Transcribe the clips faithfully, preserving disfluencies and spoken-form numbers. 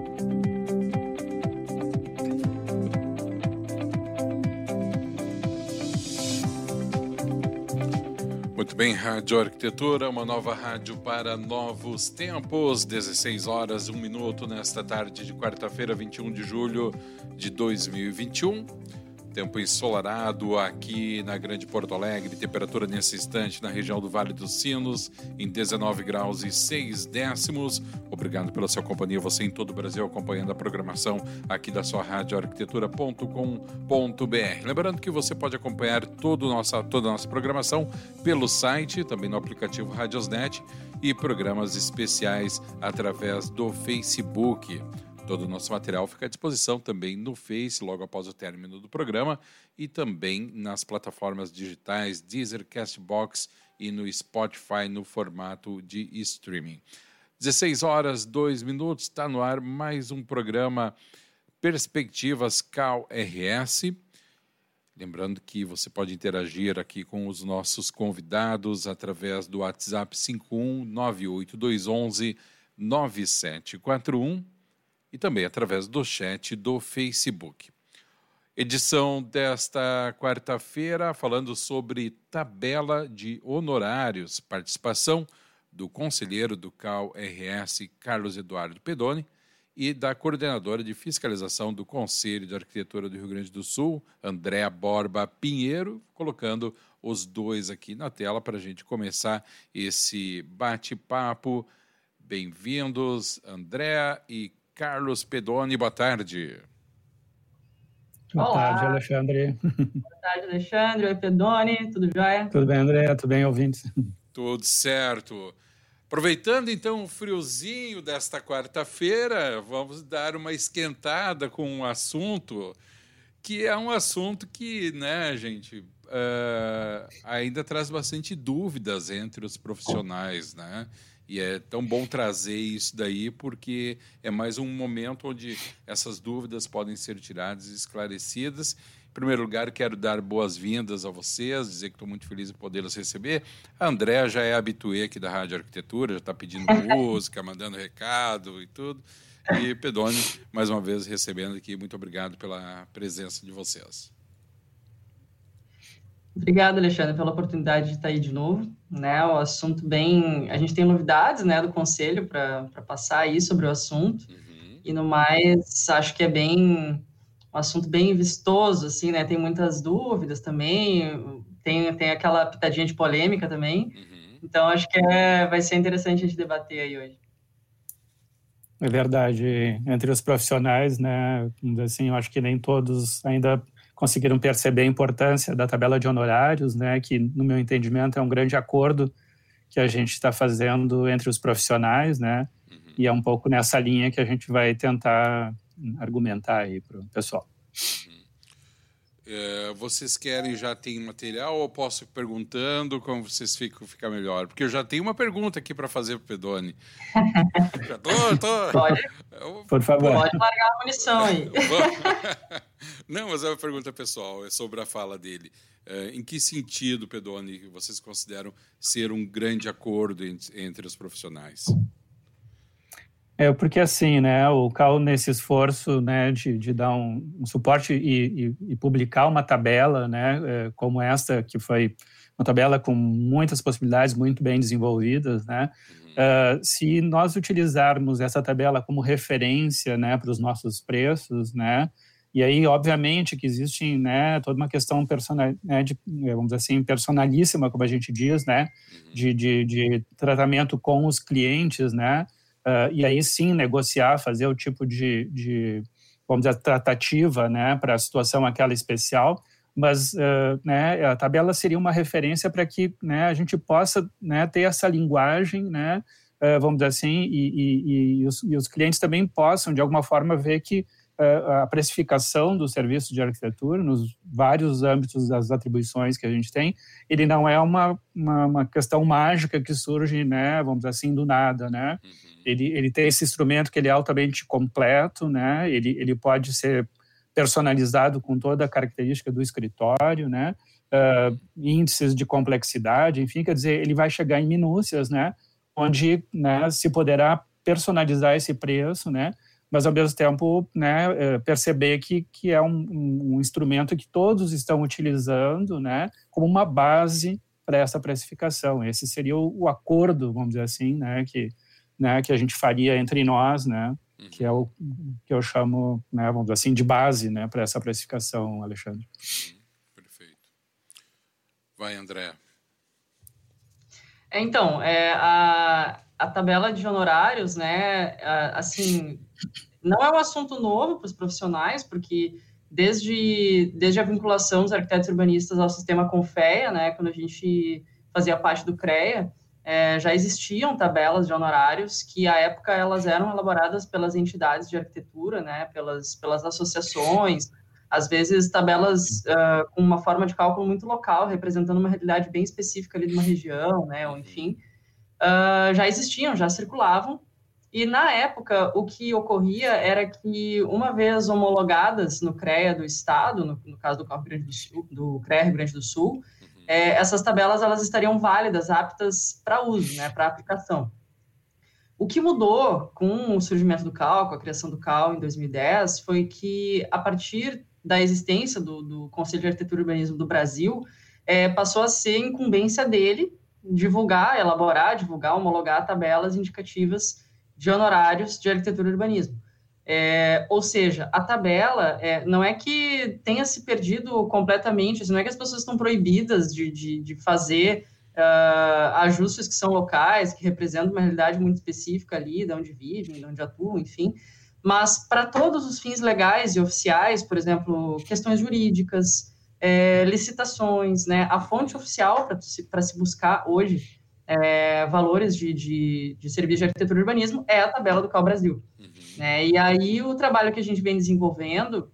Muito bem, Rádio Arquitetura, uma nova rádio para novos tempos, dezesseis horas, um minuto nesta tarde de quarta-feira, vinte e um de julho de dois mil e vinte e um. Tempo ensolarado aqui na Grande Porto Alegre, temperatura nesse instante na região do Vale dos Sinos, em dezenove graus e seis décimos. Obrigado pela sua companhia, você em todo o Brasil acompanhando a programação aqui da sua rádio arquitetura ponto com ponto b r. Lembrando que você pode acompanhar todo nossa, toda a nossa programação pelo site, também no aplicativo Radiosnet e programas especiais através do Facebook. Todo o nosso material fica à disposição também no Face, logo após o término do programa, e também nas plataformas digitais Deezer, Castbox e no Spotify no formato de streaming. dezesseis horas, dois minutos, está no ar mais um programa Perspectivas C A U R S. Lembrando que você pode interagir aqui com os nossos convidados através do WhatsApp cinco um nove oito dois um um nove sete quatro um. E também através do chat do Facebook. Edição desta quarta-feira falando sobre tabela de honorários, participação do conselheiro do C A U R S, Carlos Eduardo Pedoni, e da coordenadora de fiscalização do Conselho de Arquitetura do Rio Grande do Sul, Andréa Borba Pinheiro, colocando os dois aqui na tela para a gente começar esse bate-papo. Bem-vindos, Andréa e Carlos Pedoni, boa tarde. Boa Olá. tarde, Alexandre. Boa tarde, Alexandre. Oi, Pedoni, tudo jóia? Tudo bem, André? Tudo bem, ouvintes? Tudo certo. Aproveitando, então, o friozinho desta quarta-feira, vamos dar uma esquentada com um assunto que é um assunto que, né, gente, uh, ainda traz bastante dúvidas entre os profissionais, né? E é tão bom trazer isso daí porque é mais um momento onde essas dúvidas podem ser tiradas e esclarecidas. Em primeiro lugar, quero dar boas-vindas a vocês, dizer que estou muito feliz em podê-los receber. A Andréa já é habituê aqui da Rádio Arquitetura, já está pedindo música, mandando recado e tudo. E Pedoni, mais uma vez, recebendo aqui. Muito obrigado pela presença de vocês. Obrigado, Alexandre, pela oportunidade de estar aí de novo, né? O assunto bem... A gente tem novidades, né, do Conselho para passar aí sobre o assunto. Uhum. E, no mais, acho que é bem... Um assunto bem vistoso, assim, né? Tem muitas dúvidas também, tem, tem aquela pitadinha de polêmica também. Uhum. Então, acho que é, vai ser interessante a gente debater aí hoje. É verdade. Entre os profissionais, né, assim, eu acho que nem todos ainda conseguiram perceber a importância da tabela de honorários, né, que, no meu entendimento, é um grande acordo que a gente está fazendo entre os profissionais, né, uhum. E é um pouco nessa linha que a gente vai tentar argumentar aí para o pessoal. Uhum. É, vocês querem, já tem material, ou posso ir perguntando como vocês ficam, fica melhor? Porque eu já tenho uma pergunta aqui para fazer para o Pedoni. Já tô, tô... Pode, eu... por favor. Pode largar a munição aí. Não, mas é uma pergunta pessoal, é sobre a fala dele. É, em que sentido, Pedoni, vocês consideram ser um grande acordo entre os profissionais? É porque assim, né, o C A U nesse esforço, né, de, de dar um, um suporte e, e, e publicar uma tabela, né, é, como esta, que foi uma tabela com muitas possibilidades muito bem desenvolvidas, né, uhum. uh, se nós utilizarmos essa tabela como referência, né, para os nossos preços, né, e aí, obviamente, que existe, né, toda uma questão personal, né, de, vamos dizer assim, personalíssima, como a gente diz, né, uhum. de, de, de tratamento com os clientes, né, Uh, e aí sim negociar, fazer o tipo de, de vamos dizer, tratativa, né, para a situação aquela especial, mas uh, né, a tabela seria uma referência para que, né, a gente possa, né, ter essa linguagem, né, uh, vamos dizer assim, e, e, e, os, e os clientes também possam, de alguma forma, ver que uh, a precificação do serviço de arquitetura, nos vários âmbitos das atribuições que a gente tem, ele não é uma, uma, uma questão mágica que surge, né, vamos dizer assim, do nada, né, uhum. Ele, ele tem esse instrumento que ele é altamente completo, né? Ele, ele pode ser personalizado com toda a característica do escritório, né? Uh, índices de complexidade, enfim, quer dizer, ele vai chegar em minúcias, né? Onde, né, se poderá personalizar esse preço, né? mas ao mesmo tempo, né, perceber que, que é um, um instrumento que todos estão utilizando, né, como uma base para essa precificação. Esse seria o, o acordo, vamos dizer assim, né, que, né, que a gente faria entre nós, né, uhum. que é o que eu chamo, né, vamos dizer assim, de base, né, para essa precificação, Alexandre. Uhum. Perfeito. Vai, André. É, então, é, a, a tabela de honorários, né, a, assim, não é um assunto novo para os profissionais, porque desde, desde a vinculação dos arquitetos urbanistas ao sistema Confea, né, quando a gente fazia parte do CREA, é, já existiam tabelas de honorários que, à época, elas eram elaboradas pelas entidades de arquitetura, né, pelas, pelas associações, às vezes tabelas uh, com uma forma de cálculo muito local, representando uma realidade bem específica ali de uma região, né, ou enfim, uh, já existiam, já circulavam, e na época o que ocorria era que, uma vez homologadas no CREA do Estado, no, no caso do, Rio Grande do, Sul, do CREA Rio Grande do Sul, uhum. é, essas tabelas elas estariam válidas, aptas para uso, né, para aplicação. O que mudou com o surgimento do C A U, com a criação do C A U em dois mil e dez, foi que, a partir da existência do, do Conselho de Arquitetura e Urbanismo do Brasil, é, passou a ser incumbência dele divulgar, elaborar, divulgar, homologar tabelas indicativas de honorários de arquitetura e urbanismo. É, ou seja, a tabela é, não é que tenha se perdido completamente, não é que as pessoas estão proibidas de, de, de fazer uh, ajustes que são locais, que representam uma realidade muito específica ali, de onde vivem, de onde atuam, enfim, mas para todos os fins legais e oficiais, por exemplo, questões jurídicas, é, licitações, né, a fonte oficial para se, se buscar hoje é, valores de, de, de serviço de arquitetura e urbanismo é a tabela do C A U Brasil. Uhum. Né, e aí o trabalho que a gente vem desenvolvendo,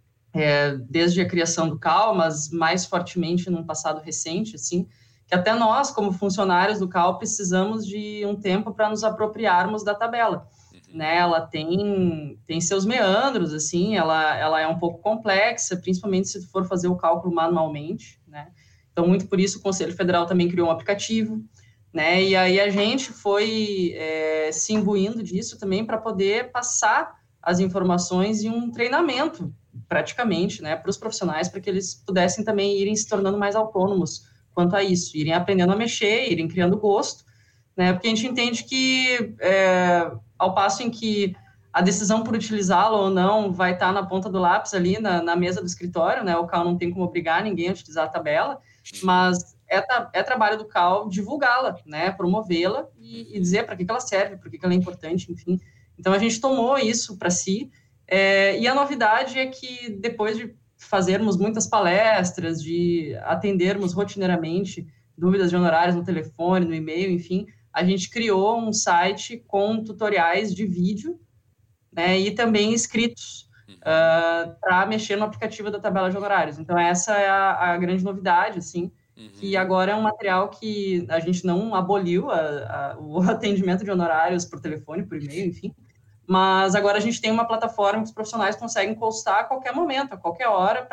é, desde a criação do C A U, mas mais fortemente num passado recente, assim, que até nós, como funcionários do C A U, precisamos de um tempo para nos apropriarmos da tabela. Né, ela tem, tem seus meandros, assim, ela, ela é um pouco complexa, principalmente se tu for fazer o cálculo manualmente, né, então muito por isso o Conselho Federal também criou um aplicativo, né, e aí a gente foi é, se imbuindo disso também para poder passar as informações e um treinamento, praticamente, né, para os profissionais, para que eles pudessem também irem se tornando mais autônomos quanto a isso, irem aprendendo a mexer, irem criando gosto, né, porque a gente entende que é, ao passo em que a decisão por utilizá-lo ou não vai estar na ponta do lápis ali na, na mesa do escritório, né, o C A U não tem como obrigar ninguém a utilizar a tabela, mas é, é trabalho do C A U divulgá-la, né, promovê-la e, e dizer para que, que ela serve, por que, que ela é importante, enfim. Então a gente tomou isso para si, é, e a novidade é que depois de fazermos muitas palestras, de atendermos rotineiramente dúvidas de honorários no telefone, no e-mail, enfim, a gente criou um site com tutoriais de vídeo, né, e também escritos uh, para mexer no aplicativo da tabela de honorários. Então, essa é a, a grande novidade, assim, uhum. que agora é um material que a gente não aboliu a, a, o atendimento de honorários por telefone, por e-mail, enfim, mas agora a gente tem uma plataforma que os profissionais conseguem postar a qualquer momento, a qualquer hora,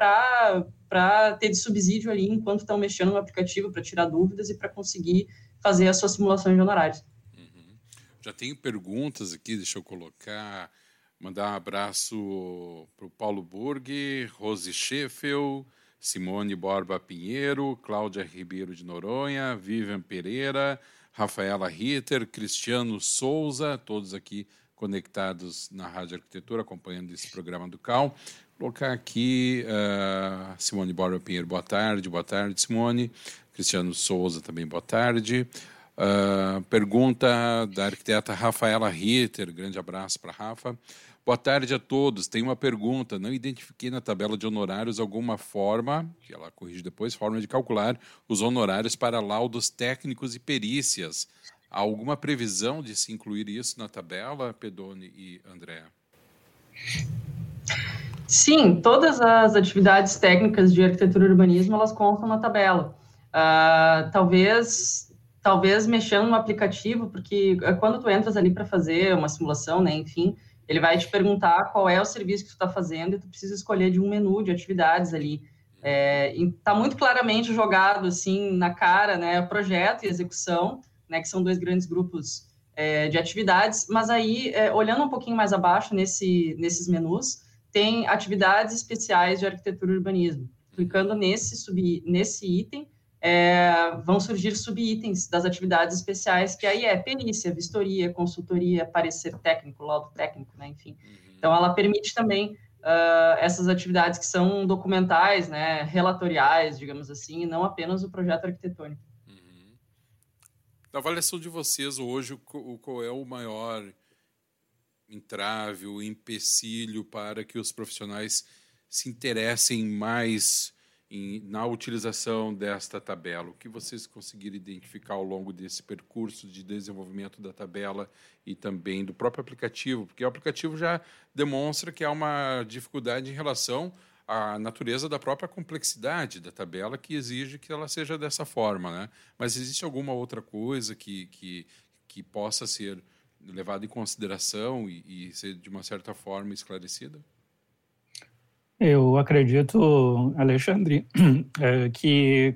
para ter de subsídio ali enquanto estão mexendo no aplicativo, para tirar dúvidas e para conseguir fazer as suas simulações de honorários. Uhum. Já tenho perguntas aqui, deixa eu colocar, mandar um abraço para o Paulo Burg, Rose Scheffel, Simone Borba Pinheiro, Cláudia Ribeiro de Noronha, Vivian Pereira, Rafaela Ritter, Cristiano Souza, todos aqui conectados na Rádio Arquitetura, acompanhando esse programa do C A U. Vou colocar aqui uh, Simone Borba Pinheiro, boa tarde, boa tarde, Simone. Cristiano Souza também, boa tarde. Uh, pergunta da arquiteta Rafaela Ritter, grande abraço para a Rafa. Boa tarde a todos. Tem uma pergunta. Não identifiquei na tabela de honorários alguma forma, que ela corrige depois, forma de calcular os honorários para laudos técnicos e perícias. Há alguma previsão de se incluir isso na tabela, Pedoni e André? Sim, todas as atividades técnicas de arquitetura e urbanismo, elas constam na tabela. Uh, talvez, talvez mexendo no aplicativo, porque quando tu entras ali para fazer uma simulação, né, enfim, ele vai te perguntar qual é o serviço que tu está fazendo e tu precisa escolher de um menu de atividades ali. Está é, muito claramente jogado assim na cara, né, projeto e execução, né, que são dois grandes grupos é, de atividades, mas aí, é, olhando um pouquinho mais abaixo nesse, nesses menus, tem atividades especiais de arquitetura e urbanismo. Clicando nesse, sub, nesse item, é, vão surgir subitens das atividades especiais, que aí é perícia, vistoria, consultoria, parecer técnico, laudo técnico, né, enfim. Então, ela permite também uh, essas atividades que são documentais, né, relatoriais, digamos assim, e não apenas o projeto arquitetônico. Uhum. Na avaliação de vocês, hoje, qual é o maior entrave, o empecilho para que os profissionais se interessem mais em, na utilização desta tabela? O que vocês conseguiram identificar ao longo desse percurso de desenvolvimento da tabela e também do próprio aplicativo? Porque o aplicativo já demonstra que há uma dificuldade em relação à natureza da própria complexidade da tabela, que exige que ela seja dessa forma, né? Mas existe alguma outra coisa que, que, que possa ser levada em consideração e, e ser, de uma certa forma, esclarecida? Eu acredito, Alexandre, que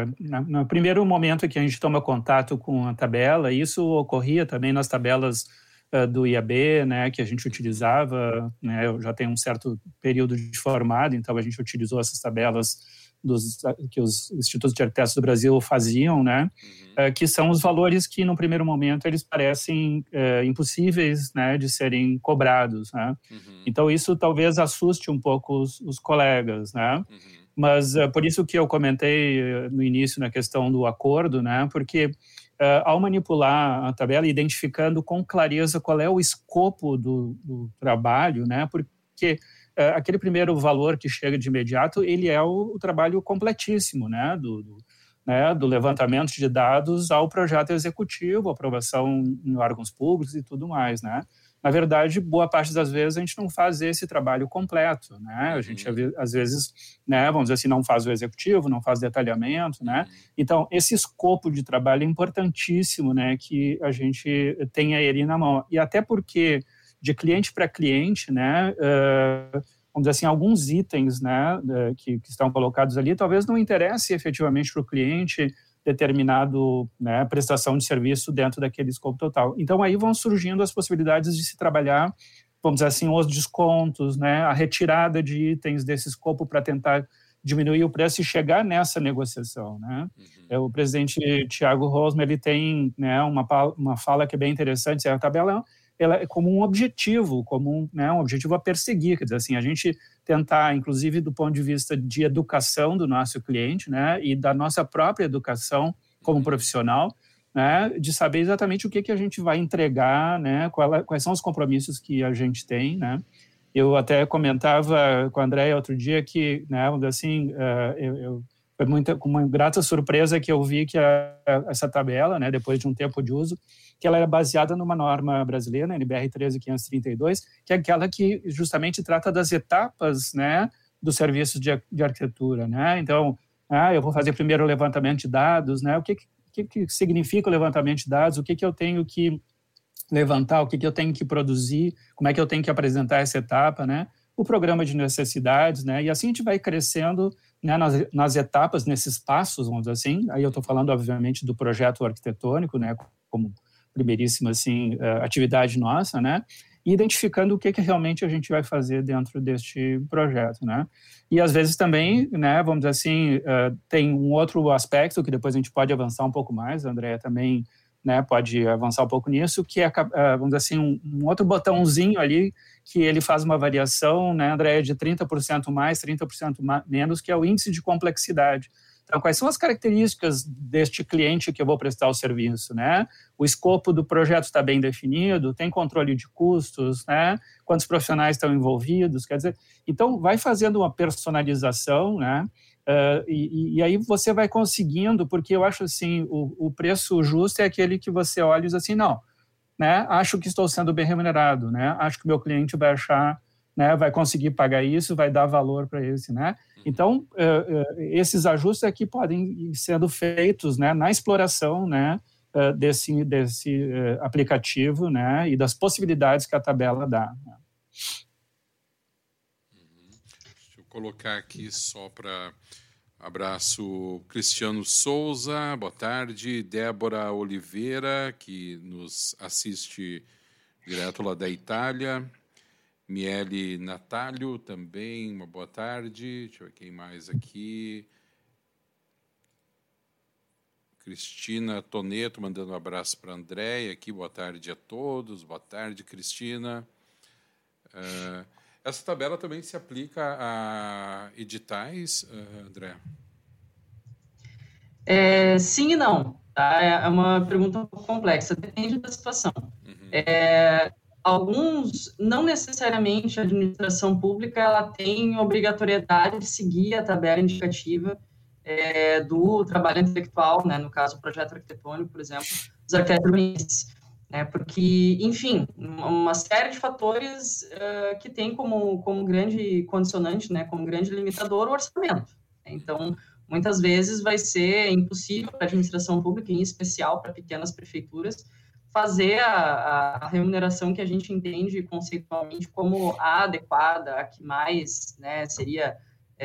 no primeiro momento que a gente toma contato com a tabela, isso ocorria também nas tabelas do I A B, né, que a gente utilizava, né, eu já tenho um certo período de formado, então a gente utilizou essas tabelas dos, que os institutos de arquitetos do Brasil faziam, né, uhum. que são os valores que, no primeiro momento, eles parecem é, impossíveis, né, de serem cobrados, né. Uhum. Então, isso talvez assuste um pouco os, os colegas, né. Uhum. Mas, é, por isso que eu comentei no início na questão do acordo, né, porque é, ao manipular a tabela, identificando com clareza qual é o escopo do, do trabalho, né, porque aquele primeiro valor que chega de imediato, ele é o, o trabalho completíssimo, né, do, do, né, do levantamento de dados ao projeto executivo, aprovação em órgãos públicos e tudo mais, né. Na verdade, boa parte das vezes a gente não faz esse trabalho completo, né, a gente às vezes, né, vamos dizer assim, não faz o executivo, não faz detalhamento, né, então esse escopo de trabalho é importantíssimo, né, que a gente tenha ele na mão, e até porque de cliente para cliente, né, uh, vamos dizer assim, alguns itens, né, uh, que, que estão colocados ali, talvez não interesse efetivamente para o cliente determinado, né, prestação de serviço dentro daquele escopo total. Então, aí vão surgindo as possibilidades de se trabalhar, vamos dizer assim, os descontos, né, a retirada de itens desse escopo para tentar diminuir o preço e chegar nessa negociação, né. Uhum. O presidente Thiago Rosmer, ele tem, né, uma, uma fala que é bem interessante, é a tabela ela é como um objetivo, como um, né, um objetivo a perseguir, quer dizer assim, a gente tentar, inclusive do ponto de vista de educação do nosso cliente, né, e da nossa própria educação como profissional, né, de saber exatamente o que, que a gente vai entregar, né, qual, quais são os compromissos que a gente tem, né. Eu até comentava com a Andréia outro dia que, né, assim, uh, eu, eu foi muita, com uma grata surpresa que eu vi que a, essa tabela, né, depois de um tempo de uso, que ela era baseada numa norma brasileira, N B R treze mil quinhentos e trinta e dois, que é aquela que justamente trata das etapas, né, dos serviços de, de arquitetura, né. Então, ah, eu vou fazer primeiro o levantamento de dados, né, o que, que, que significa o levantamento de dados, o que, que eu tenho que levantar, o que, que eu tenho que produzir, como é que eu tenho que apresentar essa etapa, né, o programa de necessidades, né, e assim a gente vai crescendo, né, nas, nas etapas, nesses passos, vamos dizer assim. Aí eu estou falando, obviamente, do projeto arquitetônico, né, como primeiríssima, assim, atividade nossa, né, e identificando o que, que realmente a gente vai fazer dentro deste projeto, né. E, às vezes, também, né, vamos dizer assim, tem um outro aspecto que depois a gente pode avançar um pouco mais, a Andréia também, né, pode avançar um pouco nisso, que é, vamos dizer assim, um, um outro botãozinho ali, que ele faz uma variação, né, Andréia, de trinta por cento mais, trinta por cento menos, que é o índice de complexidade. Então, quais são as características deste cliente que eu vou prestar o serviço, né? O escopo do projeto está bem definido, tem controle de custos, né? Quantos profissionais estão envolvidos, quer dizer, então vai fazendo uma personalização, né? Uh, e, e aí você vai conseguindo, porque eu acho assim, o, o preço justo é aquele que você olha e diz assim, não, né? Acho que estou sendo bem remunerado, né? Acho que o meu cliente vai achar, né? Vai conseguir pagar isso, vai dar valor para esse, né? Então, uh, uh, esses ajustes aqui podem ir sendo feitos, né, na exploração, né, uh, desse, desse uh, aplicativo, né, e das possibilidades que a tabela dá. Né. Uhum. Deixa eu colocar aqui só para Abraço Cristiano Souza, boa tarde. Débora Oliveira, que nos assiste direto lá da Itália. Miele Natálio também, uma boa tarde. Deixa eu ver quem mais aqui. Cristina Toneto mandando um abraço para a Andréia aqui, boa tarde a todos. Boa tarde, Cristina. Uh, essa tabela também se aplica a editais, uh, André? É, sim e não. Tá? É uma pergunta um pouco complexa, depende da situação. Uhum. É, alguns, não necessariamente a administração pública ela tem obrigatoriedade de seguir a tabela indicativa é, do trabalho intelectual, né, no caso o projeto arquitetônico, por exemplo, dos arquitetos urbanistas. Né, porque, enfim, uma série de fatores uh, que tem como, como grande condicionante, né, como grande limitador o orçamento. Então, muitas vezes vai ser impossível para a administração pública, em especial para pequenas prefeituras, fazer a, a remuneração que a gente entende conceitualmente como a adequada, a que mais, né, seria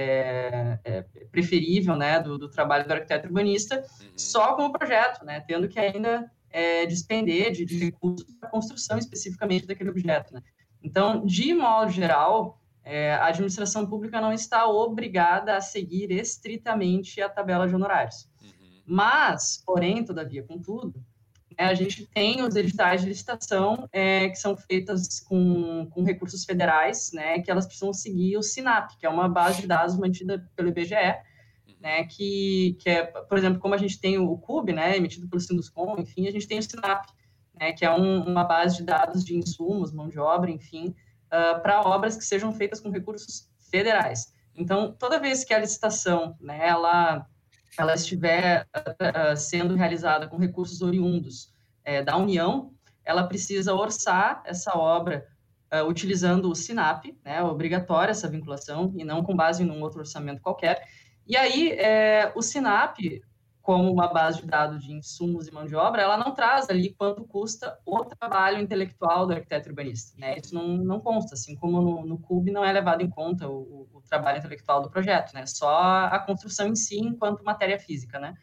é, é, preferível, né, do, do trabalho do arquiteto urbanista, uhum. só com o projeto, né, tendo que ainda é, despender de, de recursos para a construção especificamente daquele objeto. Né. Então, de modo geral, é, a administração pública não está obrigada a seguir estritamente a tabela de honorários. Uhum. Mas, porém, todavia, contudo, né, a gente tem os editais de licitação é, que são feitas com, com recursos federais, né, que elas precisam seguir o SINAP, que é uma base de dados mantida pelo I B G E, né, que, que é, por exemplo, como a gente tem o C U B, né, emitido pelo Sinduscom, enfim, a gente tem o SINAP, né, que é um, uma base de dados de insumos, mão de obra, enfim, Uh, para obras que sejam feitas com recursos federais. Então, toda vez que a licitação, né, ela, ela estiver uh, uh, sendo realizada com recursos oriundos uh, da União, ela precisa orçar essa obra uh, utilizando o SINAP, né, é obrigatória essa vinculação, e não com base em um outro orçamento qualquer. E aí, é, o SINAP, como uma base de dados de insumos e mão de obra, ela não traz ali quanto custa o trabalho intelectual do arquiteto urbanista, né? Isso não, não consta, assim como no, no C U B não é levado em conta o, o trabalho intelectual do projeto, né? Só a construção em si enquanto matéria física, né?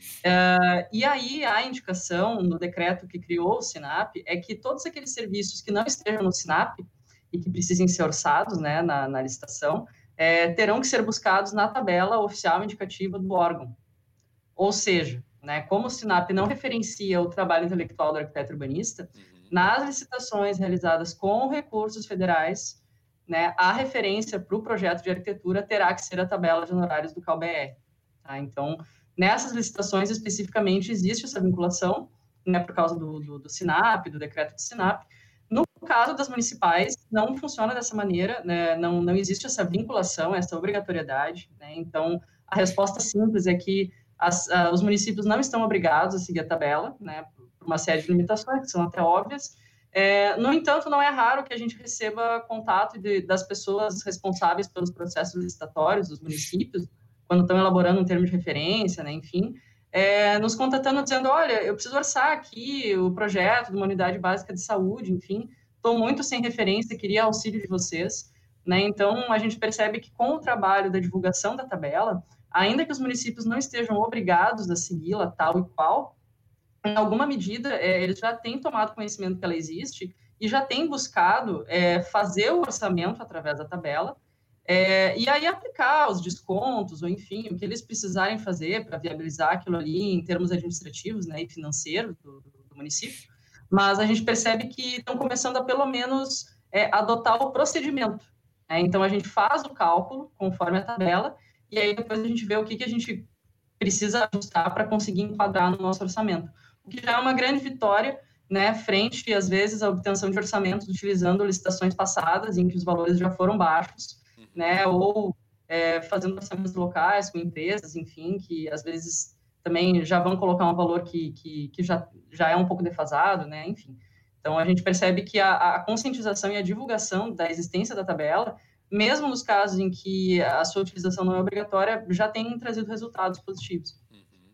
Uh, e aí a indicação no decreto que criou o SINAP é que todos aqueles serviços que não estejam no SINAP e que precisem ser orçados, né, na, na licitação, é, terão que ser buscados na tabela oficial indicativa do órgão. Ou seja, né, como o SINAP não referencia o trabalho intelectual do arquiteto urbanista, uhum. nas licitações realizadas com recursos federais, né, a referência para o projeto de arquitetura terá que ser a tabela de honorários do C A U B R. Tá? Então, nessas licitações especificamente existe essa vinculação, né, por causa do, do, do SINAP, do decreto do SINAP. No caso das municipais, não funciona dessa maneira, né, não, não existe essa vinculação, essa obrigatoriedade. Né, então, a resposta simples é que As, uh, os municípios não estão obrigados a seguir a tabela, né, por uma série de limitações, que são até óbvias. É, no entanto, não é raro que a gente receba contato de, das pessoas responsáveis pelos processos licitatórios dos municípios, quando estão elaborando um termo de referência, né, enfim, é, nos contatando dizendo, olha, eu preciso orçar aqui o projeto de uma unidade básica de saúde, enfim, estou muito sem referência, queria auxílio de vocês. Né, então, a gente percebe que com o trabalho da divulgação da tabela, ainda que os municípios não estejam obrigados a segui-la tal e qual, em alguma medida, é, eles já têm tomado conhecimento que ela existe e já têm buscado é, fazer o orçamento através da tabela é, e aí aplicar os descontos, ou enfim, o que eles precisarem fazer para viabilizar aquilo ali em termos administrativos, né, e financeiros do, do município. Mas a gente percebe que estão começando a, pelo menos, é, adotar o procedimento. Né? Então, a gente faz o cálculo conforme a tabela e aí depois a gente vê o que, que a gente precisa ajustar para conseguir enquadrar no nosso orçamento. O que já é uma grande vitória, né, frente, às vezes, à obtenção de orçamentos utilizando licitações passadas, em que os valores já foram baixos, né, ou é, fazendo orçamentos locais com empresas, enfim, que às vezes também já vão colocar um valor que, que, que já, já é um pouco defasado, né, enfim. Então, a gente percebe que a, a conscientização e a divulgação da existência da tabela, mesmo nos casos em que a sua utilização não é obrigatória, já tem trazido resultados positivos. Uhum.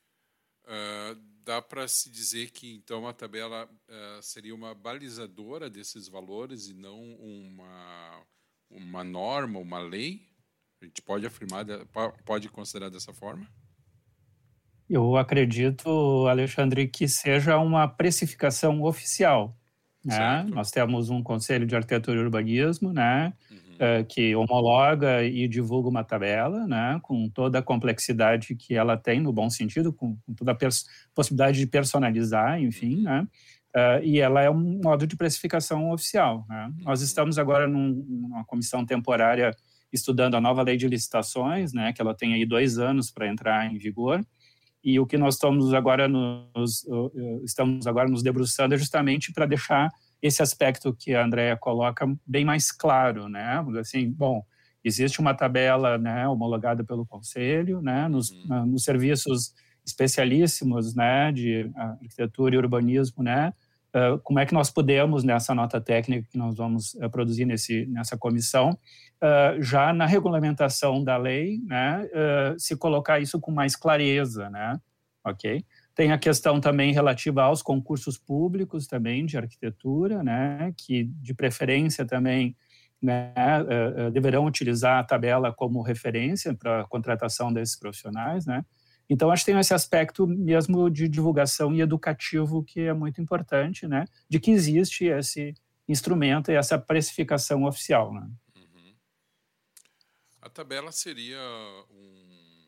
Uh, dá para se dizer que, então, a tabela uh, seria uma balizadora desses valores e não uma, uma norma, uma lei? A gente pode afirmar, pode considerar dessa forma? Eu acredito, Alexandre, que seja uma precificação oficial. Né? Nós temos um Conselho de Arquitetura e Urbanismo, né? Uhum. uh, que homologa e divulga uma tabela, né? Com toda a complexidade que ela tem, no bom sentido, com, com toda a possibilidade de personalizar, enfim, uhum. né? Uh, e ela é um modo de precificação oficial. Né? Uhum. Nós estamos agora num, numa comissão temporária estudando a nova lei de licitações, né? Que ela tem aí dois anos para entrar em vigor. E o que nós estamos agora nos, estamos agora nos debruçando é justamente para deixar esse aspecto que a Andrea coloca bem mais claro, né? Assim, bom, existe uma tabela, né, homologada pelo Conselho, né, nos, uhum. nos serviços especialíssimos, né, de arquitetura e urbanismo, né? Uh, como é que nós podemos, nessa nota técnica que nós vamos uh, produzir nesse, nessa comissão, uh, já na regulamentação da lei, né, uh, se colocar isso com mais clareza, né, ok? Tem a questão também relativa aos concursos públicos também de arquitetura, né, que de preferência também, né, uh, uh, deverão utilizar a tabela como referência para a contratação desses profissionais, né? Então, acho que tem esse aspecto mesmo de divulgação e educativo que é muito importante, né? De que existe esse instrumento e essa precificação oficial, né? Uhum. A tabela seria um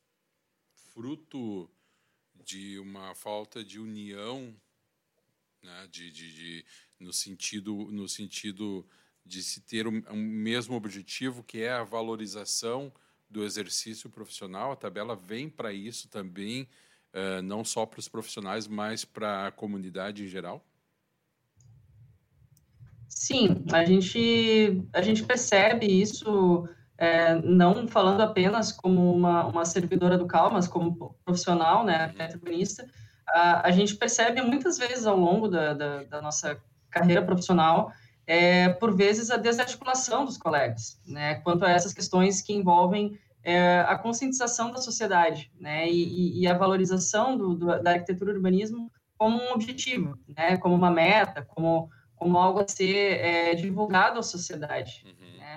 fruto de uma falta de união, né? de, de, de, no sentido, no sentido de se ter um, um mesmo objetivo, que é a valorização do exercício profissional. A tabela vem para isso também, uh, não só para os profissionais, mas para a comunidade em geral? Sim, a gente, a gente percebe isso, é, não falando apenas como uma, uma servidora do C A U, mas como profissional, né, arquiteto urbanista, a, a gente percebe muitas vezes ao longo da, da, da nossa carreira profissional, É, por vezes, a desarticulação dos colegas, né, quanto a essas questões que envolvem é, a conscientização da sociedade, né, e, e a valorização do, do, da arquitetura e urbanismo como um objetivo, né, como uma meta, como, como algo a ser é, divulgado à sociedade. Uhum. Né.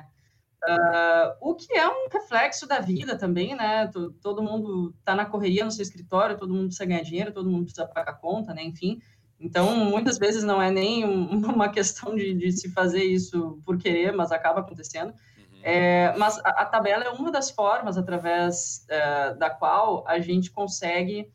Uh, o que é um reflexo da vida também, né, todo, todo mundo está na correria no seu escritório, todo mundo precisa ganhar dinheiro, todo mundo precisa pagar a conta, né, enfim. Então, muitas vezes não é nem uma questão de, de se fazer isso por querer, mas acaba acontecendo. Uhum. É, mas a, a tabela é uma das formas através é, da qual a gente consegue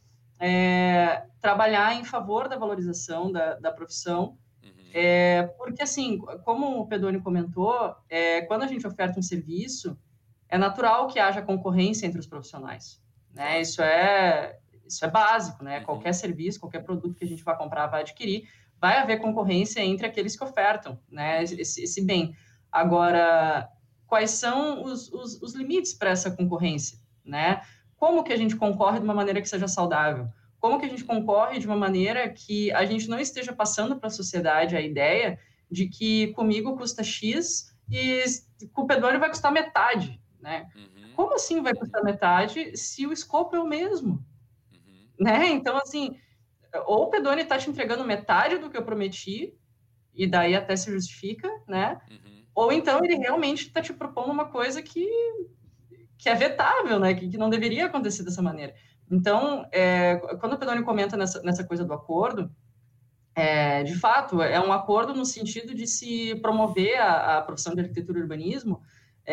é, trabalhar em favor da valorização da, da profissão. Uhum. É, porque, assim, como o Pedoni comentou, é, quando a gente oferta um serviço, é natural que haja concorrência entre os profissionais. Né? Isso é... Isso é básico, né? Uhum. Qualquer serviço, qualquer produto que a gente vai comprar, vai adquirir, vai haver concorrência entre aqueles que ofertam, né? Esse, esse bem. Agora, quais são os, os, os limites para essa concorrência, né? Como que a gente concorre de uma maneira que seja saudável? Como que a gente concorre de uma maneira que a gente não esteja passando para a sociedade a ideia de que comigo custa X e com o Pedoni vai custar metade, né? Uhum. Como assim vai custar metade se o escopo é o mesmo? Né? Então, assim, ou o Pedoni está te entregando metade do que eu prometi, e daí até se justifica, né? Uhum. Ou então ele realmente está te propondo uma coisa que, que é vetável, né? Que, que não deveria acontecer dessa maneira. Então, é, quando o Pedoni comenta nessa, nessa coisa do acordo, é, de fato, é um acordo no sentido de se promover a, a profissão de arquitetura e urbanismo,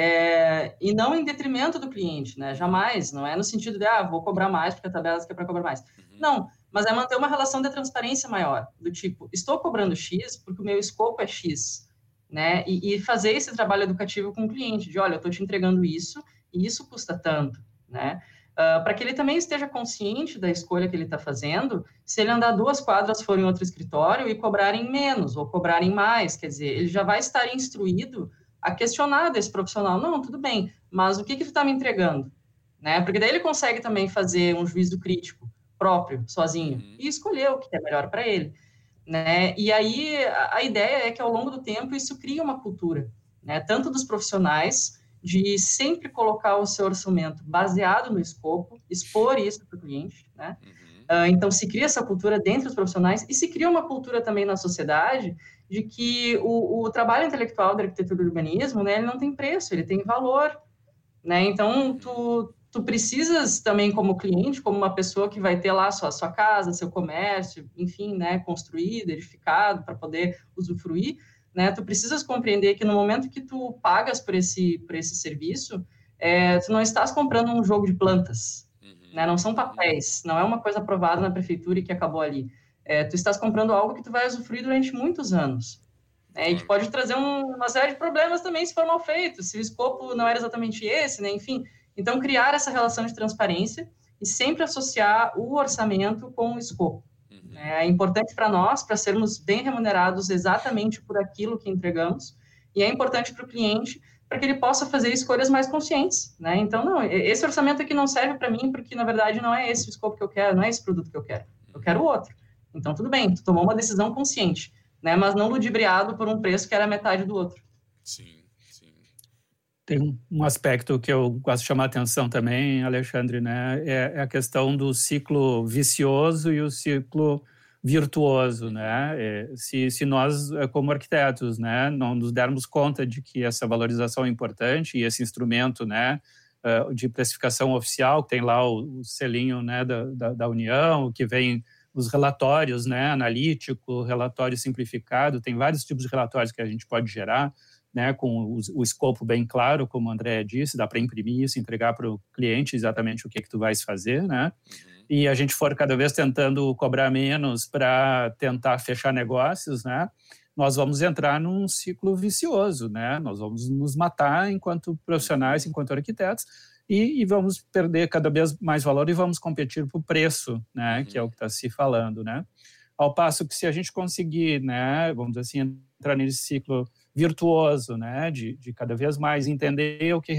É, e não em detrimento do cliente, né? Jamais, não é no sentido de, ah, vou cobrar mais porque a tabela quer para cobrar mais. Uhum. Não, mas é manter uma relação de transparência maior, do tipo, estou cobrando X porque o meu escopo é X, né? E, e fazer esse trabalho educativo com o cliente, de, olha, eu estou te entregando isso e isso custa tanto, né? Uh, para que ele também esteja consciente da escolha que ele está fazendo, se ele andar duas quadras, for em outro escritório e cobrarem menos ou cobrarem mais, quer dizer, ele já vai estar instruído a questionar desse profissional, não, tudo bem, mas o que que tu está me entregando? Né? Porque daí ele consegue também fazer um juízo crítico próprio, sozinho, uhum. e escolher o que é melhor para ele. Né? E aí a, a ideia é que ao longo do tempo isso cria uma cultura, né? Tanto dos profissionais, de sempre colocar o seu orçamento baseado no escopo, expor isso para o cliente, né? Uhum. Uh, então se cria essa cultura dentro dos profissionais e se cria uma cultura também na sociedade de que o, o trabalho intelectual da arquitetura e urbanismo, né, ele não tem preço, ele tem valor, né? Então, tu, tu precisas também, como cliente, como uma pessoa que vai ter lá a sua, sua casa, seu comércio, enfim, né, construído, edificado, para poder usufruir, né? Tu precisas compreender que no momento que tu pagas por esse, por esse serviço, é, tu não estás comprando um jogo de plantas, uhum, né? Não são papéis, não é uma coisa aprovada na prefeitura e que acabou ali. É, tu estás comprando algo que tu vai usufruir durante muitos anos. É, e que pode trazer um, uma série de problemas também se for mal feito, se o escopo não era exatamente esse, né? Enfim, então criar essa relação de transparência e sempre associar o orçamento com o escopo. Uhum. É importante para nós, para sermos bem remunerados exatamente por aquilo que entregamos, e é importante para o cliente, para que ele possa fazer escolhas mais conscientes, né? Então, não, esse orçamento aqui não serve para mim, porque, na verdade, não é esse o escopo que eu quero, não é esse produto que eu quero, eu quero o outro. Então, tudo bem, tu tomou uma decisão consciente, né, mas não ludibriado por um preço que era metade do outro. Sim, sim. Tem um aspecto que eu gosto de chamar a atenção também, Alexandre, né, é, é a questão do ciclo vicioso e o ciclo virtuoso, né? É, se, se nós, como arquitetos, né, não nos dermos conta de que essa valorização é importante e esse instrumento, né, de precificação oficial, que tem lá o, o selinho, né, da, da, da União, que vem os relatórios, né, analítico, relatório simplificado, tem vários tipos de relatórios que a gente pode gerar, né, com o, o escopo bem claro, como o André disse, dá para imprimir isso, entregar para o cliente exatamente o que que tu vais fazer, né, uhum. E a gente for cada vez tentando cobrar menos para tentar fechar negócios, né, nós vamos entrar num ciclo vicioso, né, nós vamos nos matar enquanto profissionais, enquanto arquitetos, E, e vamos perder cada vez mais valor e vamos competir por preço, né, uhum. que é o que está se falando, né. Ao passo que se a gente conseguir, né, vamos dizer assim, entrar nesse ciclo virtuoso, né, de, de cada vez mais entender o que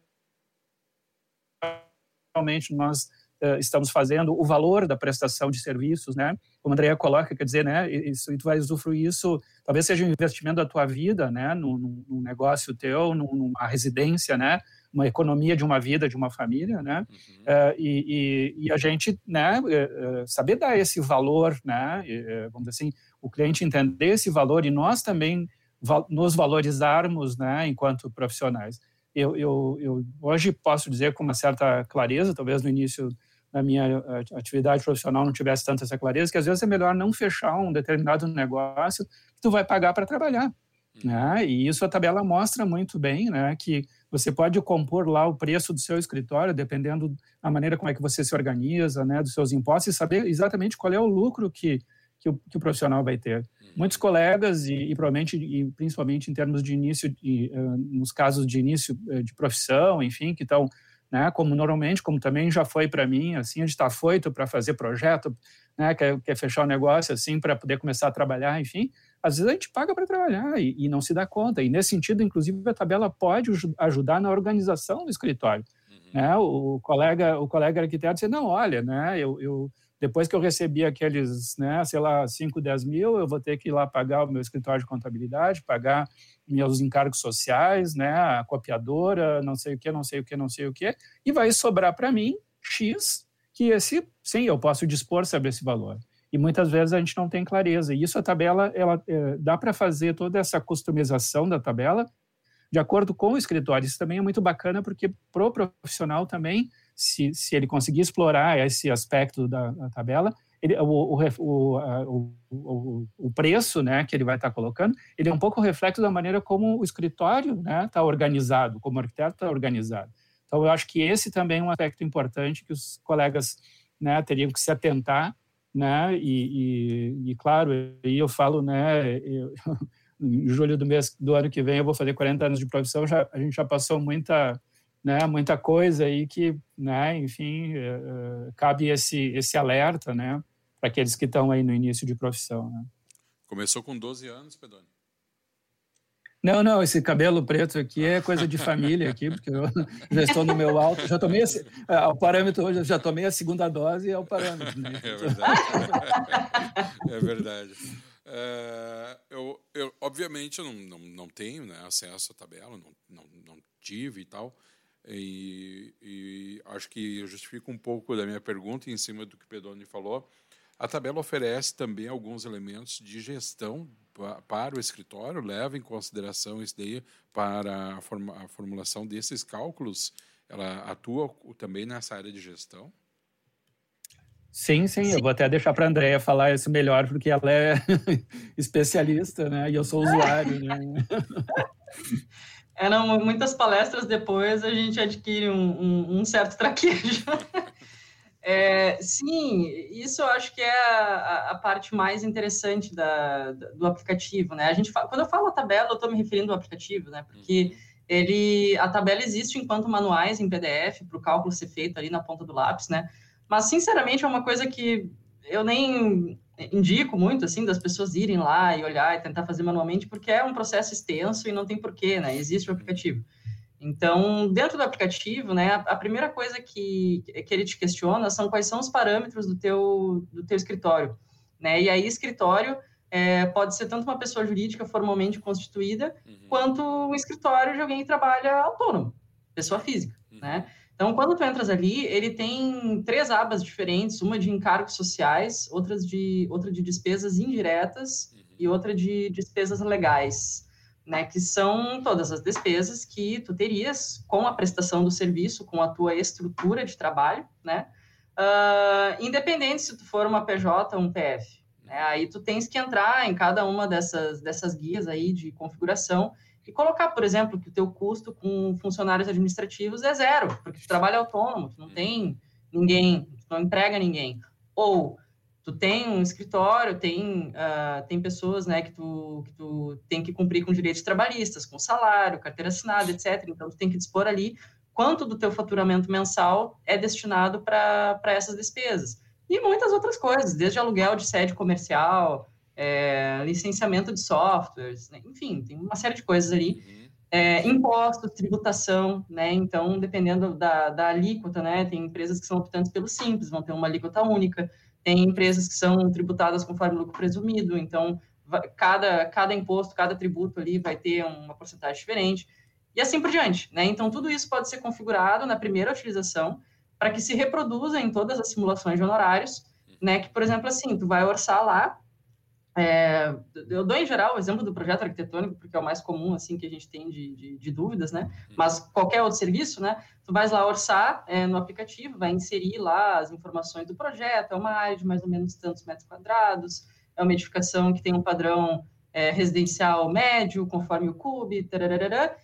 realmente nós uh, estamos fazendo, o valor da prestação de serviços, né, como a Andrea coloca, quer dizer, né, isso, e tu vai usufruir isso, talvez seja um investimento da tua vida, né, num, num negócio teu, numa residência, né, uma economia de uma vida, de uma família, né, uhum. uh, e, e, e a gente, né, uh, saber dar esse valor, né, uh, vamos dizer assim, o cliente entender esse valor e nós também val- nos valorizarmos, né, enquanto profissionais. Eu, eu, eu hoje posso dizer com uma certa clareza, talvez no início da minha atividade profissional não tivesse tanta essa clareza, que às vezes é melhor não fechar um determinado negócio que tu vai pagar para trabalhar, uhum. né, e isso a tabela mostra muito bem, né, que você pode compor lá o preço do seu escritório, dependendo da maneira como é que você se organiza, né, dos seus impostos, e saber exatamente qual é o lucro que, que, o, que o profissional vai ter. Uhum. Muitos colegas, e, e provavelmente, e principalmente em termos de início, e, uh, nos casos de início uh, de profissão, enfim, que estão, né, como normalmente, como também já foi para mim, assim, a gente está foito para fazer projeto, né, quer, quer fechar o negócio, assim, para poder começar a trabalhar, enfim, às vezes a gente paga para trabalhar e, e não se dá conta. E nesse sentido, inclusive, a tabela pode ajudar na organização do escritório. Uhum. Né? O colega, o colega arquiteto disse, não, olha, né, eu, eu, depois que eu recebi aqueles, né, sei lá, cinco, dez mil, eu vou ter que ir lá pagar o meu escritório de contabilidade, pagar meus encargos sociais, né, a copiadora, não sei o que, não sei o que, não sei o que, e vai sobrar para mim X, que esse, sim, eu posso dispor sobre esse valor. E muitas vezes a gente não tem clareza. E isso a tabela, ela, é, dá para fazer toda essa customização da tabela de acordo com o escritório. Isso também é muito bacana, porque para o profissional também, se, se ele conseguir explorar esse aspecto da, da tabela, ele, o, o, o, o, o preço, né, que ele vai estar colocando, ele é um pouco o reflexo da maneira como o escritório, né, está organizado, como o arquiteto está organizado. Então, eu acho que esse também é um aspecto importante que os colegas, né, teriam que se atentar, né, e, e, e claro, aí eu falo, né, eu, em julho do mês do ano que vem eu vou fazer quarenta anos de profissão, já, a gente já passou muita, né, muita coisa aí que, né, enfim, uh, cabe esse, esse alerta, né, para aqueles que estão aí no início de profissão, né. Começou com doze anos, Pedoni? Não, não, esse cabelo preto aqui é coisa de família aqui, porque eu já estou no meu alto, já tomei esse, é, o parâmetro hoje, já tomei a segunda dose e é o parâmetro, né? É verdade. É verdade. É, eu, eu, obviamente, eu não, não, não tenho, né, acesso à tabela, não, não, não tive e tal, e, e acho que eu justifico um pouco da minha pergunta em cima do que o Pedoni falou. A tabela oferece também alguns elementos de gestão para o escritório, leva em consideração isso daí para a, forma, a formulação desses cálculos ela atua também nessa área de gestão? Sim, sim, sim. Eu vou até deixar para a Andréia falar isso melhor, porque ela é especialista, né? E eu sou usuário, né? É, não, muitas palestras depois a gente adquire um, um, um certo traquejo. É, sim, isso eu acho que é a, a parte mais interessante da, do aplicativo, né? A gente fala, quando eu falo a tabela, eu estou me referindo ao aplicativo, né? Porque ele, a tabela existe enquanto manuais em P D F para o cálculo ser feito ali na ponta do lápis, né? Mas, sinceramente, é uma coisa que eu nem indico muito, assim, das pessoas irem lá e olhar e tentar fazer manualmente, porque é um processo extenso e não tem porquê, né? Existe o aplicativo. Então, dentro do aplicativo, né, a primeira coisa que, que ele te questiona são quais são os parâmetros do teu, do teu escritório, né? E aí, escritório é, pode ser tanto uma pessoa jurídica formalmente constituída, uhum. quanto um escritório de alguém que trabalha autônomo, pessoa física, uhum. né? Então, quando tu entras ali, ele tem três abas diferentes, uma de encargos sociais, outras de, outra de despesas indiretas uhum. e outra de despesas legais, né, que são todas as despesas que tu terias com a prestação do serviço, com a tua estrutura de trabalho, né, uh, independente se tu for uma P J ou um P F, né, aí tu tens que entrar em cada uma dessas, dessas guias aí de configuração e colocar, por exemplo, que o teu custo com funcionários administrativos é zero, porque tu trabalha autônomo, tu não tem ninguém, tu não emprega ninguém, ou tu tem um escritório, tem, uh, tem pessoas, né, que tu, que tu tem que cumprir com direitos trabalhistas, com salário, carteira assinada, etcétera. Então, tu tem que dispor ali quanto do teu faturamento mensal é destinado para essas despesas. E muitas outras coisas, desde aluguel de sede comercial, é, licenciamento de softwares, né? Enfim, tem uma série de coisas ali. É, impostos, tributação, né? Então, dependendo da, da alíquota, né? Tem empresas que são optantes pelo Simples, vão ter uma alíquota única. Tem empresas que são tributadas conforme lucro presumido, então vai, cada, cada imposto, cada tributo ali vai ter uma porcentagem diferente, e assim por diante, né? Então, tudo isso pode ser configurado na primeira utilização para que se reproduza em todas as simulações de honorários, né? Que, por exemplo, assim, tu vai orçar lá, é, eu dou em geral o exemplo do projeto arquitetônico, porque é o mais comum, assim, que a gente tem de, de, de dúvidas, né? Mas qualquer outro serviço, né? Tu vais lá orçar é, no aplicativo, vai inserir lá as informações do projeto, é uma área de mais ou menos tantos metros quadrados, é uma edificação que tem um padrão é, residencial médio, conforme o C U B, tararara,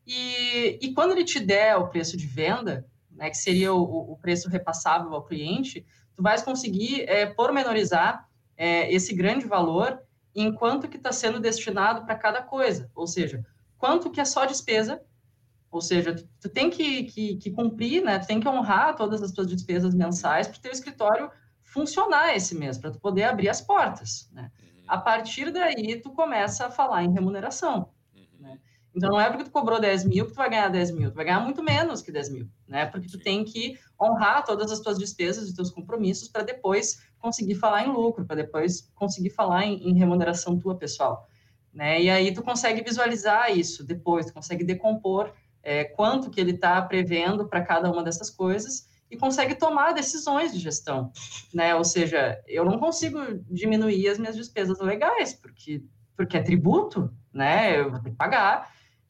e, e quando ele te der o preço de venda, né, que seria o, o preço repassável ao cliente, tu vais conseguir é, pormenorizar É, esse grande valor, enquanto que está sendo destinado para cada coisa, ou seja, quanto que é só despesa, ou seja, tu, tu tem que, que, que cumprir, né, tu tem que honrar todas as tuas despesas mensais para o teu escritório funcionar esse mês, para tu poder abrir as portas, né? A partir daí, tu começa a falar em remuneração, né? Então, não é porque tu cobrou dez mil que tu vai ganhar dez mil, tu vai ganhar muito menos que dez mil, né? Porque tu tem que honrar todas as tuas despesas e teus compromissos para depois conseguir falar em lucro, para depois conseguir falar em, em remuneração tua pessoal, né? E aí tu consegue visualizar isso depois, tu consegue decompor é, quanto que ele está prevendo para cada uma dessas coisas e consegue tomar decisões de gestão, né? Ou seja, eu não consigo diminuir as minhas despesas legais, porque, porque é tributo, né? Eu vou ter que pagar,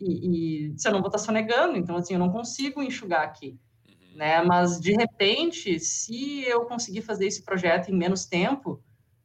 e, e se eu não vou estar sonegando, então, assim, eu não consigo enxugar aqui, né? Mas, de repente, se eu conseguir fazer esse projeto em menos tempo,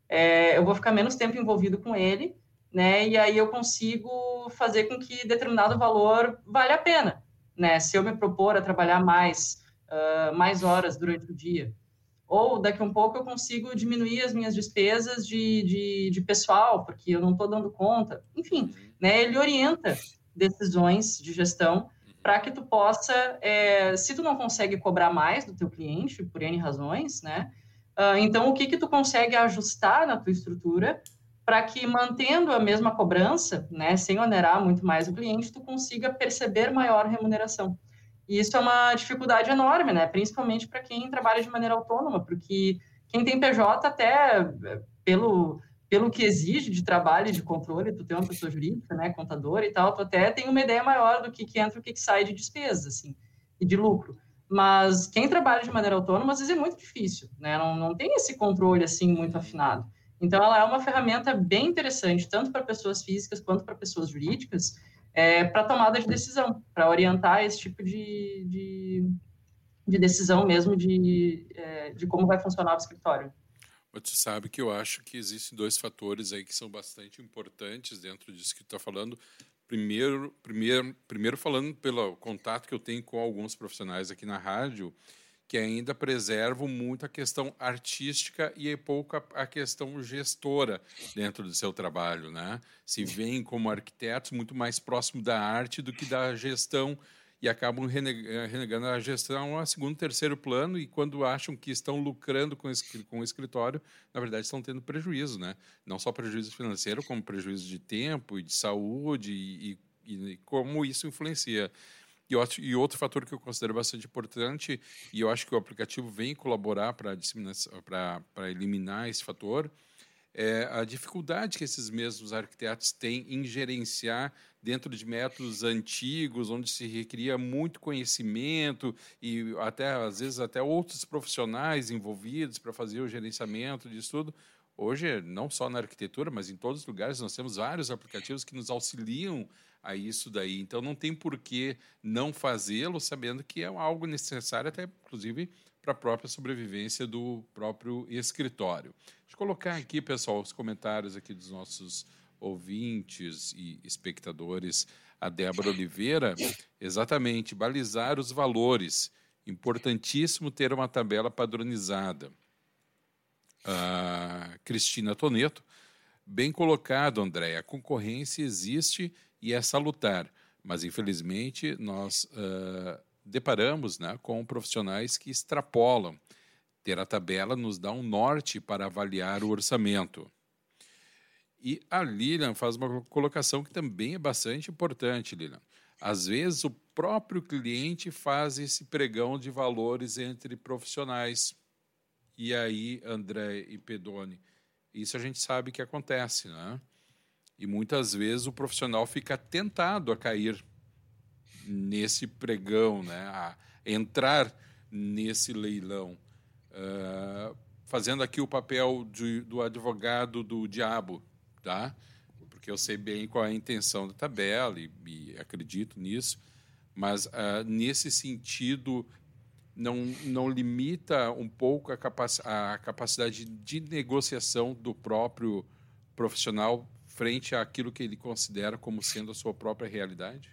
é, eu vou ficar menos tempo envolvido com ele, né? E aí eu consigo fazer com que determinado valor vale a pena, né? Se eu me propor a trabalhar mais, uh, mais horas durante o dia. Ou, daqui a um pouco, eu consigo diminuir as minhas despesas de, de, de pessoal, porque eu não estou dando conta. Enfim, né? Ele orienta decisões de gestão para que tu possa, é, se tu não consegue cobrar mais do teu cliente, por N razões, né? Uh, então, o que que tu consegue ajustar na tua estrutura para que, mantendo a mesma cobrança, né, sem onerar muito mais o cliente, tu consiga perceber maior remuneração. E isso é uma dificuldade enorme, né? Principalmente para quem trabalha de maneira autônoma, porque quem tem P J, até pelo... pelo que exige de trabalho e de controle, tu tem uma pessoa jurídica, né, contadora e tal, tu até tem uma ideia maior do que, que entra e o que, que sai de despesas, assim, e de lucro. Mas quem trabalha de maneira autônoma, às vezes é muito difícil, né, não, não tem esse controle, assim, muito afinado. Então, ela é uma ferramenta bem interessante, tanto para pessoas físicas quanto para pessoas jurídicas, é, para tomada de decisão, para orientar esse tipo de, de, de decisão mesmo de, é, de como vai funcionar o escritório. Você sabe que eu acho que existem dois fatores aí que são bastante importantes dentro disso que tu está falando. Primeiro, primeiro, primeiro falando pelo contato que eu tenho com alguns profissionais aqui na rádio, que ainda preservam muito a questão artística e pouco a, a questão gestora dentro do seu trabalho, né? Se veem como arquitetos muito mais próximo da arte do que da gestão e acabam renegando a gestão a segundo, terceiro plano, e quando acham que estão lucrando com, esse, com o escritório, na verdade estão tendo prejuízo, né? Não só prejuízo financeiro, como prejuízo de tempo e de saúde e, e, e como isso influencia. E, e outro fator que eu considero bastante importante, e eu acho que o aplicativo vem colaborar para para eliminar esse fator, é a dificuldade que esses mesmos arquitetos têm em gerenciar dentro de métodos antigos, onde se requeria muito conhecimento e até às vezes até outros profissionais envolvidos para fazer o gerenciamento disso tudo. Hoje, não só na arquitetura, mas em todos os lugares, nós temos vários aplicativos que nos auxiliam a isso daí. Então, não tem por que não fazê-lo, sabendo que é algo necessário, até, inclusive, para a própria sobrevivência do próprio escritório. Deixa eu colocar aqui, pessoal, os comentários aqui dos nossos ouvintes e espectadores. A Débora Oliveira, exatamente, balizar os valores. Importantíssimo ter uma tabela padronizada. A Cristina Toneto, bem colocado, André. A concorrência existe e é salutar, mas, infelizmente, nós uh, deparamos, né, com profissionais que extrapolam. Ter a tabela nos dá um norte para avaliar o orçamento. E a Lilian faz uma colocação que também é bastante importante, Lilian. Às vezes, o próprio cliente faz esse pregão de valores entre profissionais. E aí, André e Pedoni, isso a gente sabe que acontece, né? E muitas vezes o profissional fica tentado a cair nesse pregão, né? A entrar nesse leilão, uh, fazendo aqui o papel de, do advogado do diabo, tá? Porque eu sei bem qual é a intenção da tabela e, e acredito nisso, mas uh, nesse sentido não, não limita um pouco a, capac, a capacidade de negociação do próprio profissional frente àquilo que ele considera como sendo a sua própria realidade?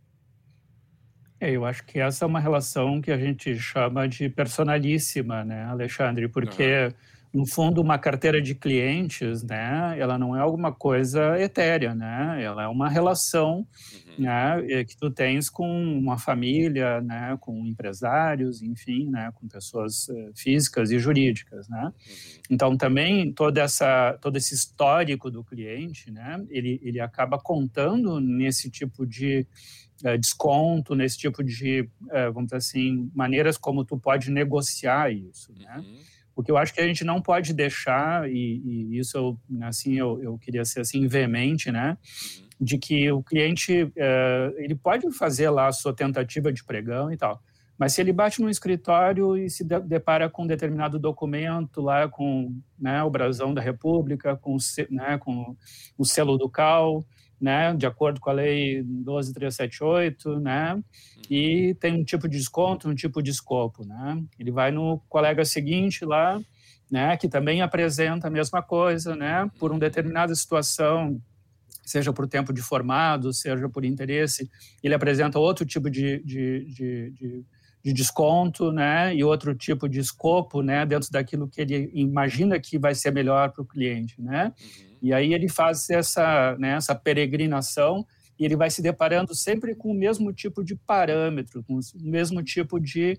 É, eu acho que essa é uma relação que a gente chama de personalíssima, né, Alexandre? Porque, uhum. no fundo, uma carteira de clientes, né, ela não é alguma coisa etérea, né? Ela é uma relação, uhum. né, que tu tens com uma família, né, com empresários, enfim, né, com pessoas uh, físicas e jurídicas, né? Uhum. Então, também, toda essa, todo esse histórico do cliente, né, ele, ele acaba contando nesse tipo de Uh, desconto, nesse tipo de, uh, vamos dizer assim, maneiras como tu pode negociar isso, né? Uhum. Porque eu acho que a gente não pode deixar, e, e isso eu, assim, eu, eu queria ser assim veemente, né? Uhum. De que o cliente, uh, ele pode fazer lá a sua tentativa de pregão e tal, mas se ele bate no escritório e se de, depara com um determinado documento lá com, né, o brasão da República, com, né, com o selo do C A U, né, de acordo com a lei doze mil trezentos e setenta e oito, né, e tem um tipo de desconto, um tipo de escopo, né. Ele vai no colega seguinte lá, né, que também apresenta a mesma coisa, né, por uma determinada situação, seja por tempo de formado, seja por interesse, ele apresenta outro tipo de, de, de, de, de desconto, né, e outro tipo de escopo, né, dentro daquilo que ele imagina que vai ser melhor para o cliente, né. Uhum. E aí ele faz essa, né, essa peregrinação e ele vai se deparando sempre com o mesmo tipo de parâmetro, com o mesmo tipo de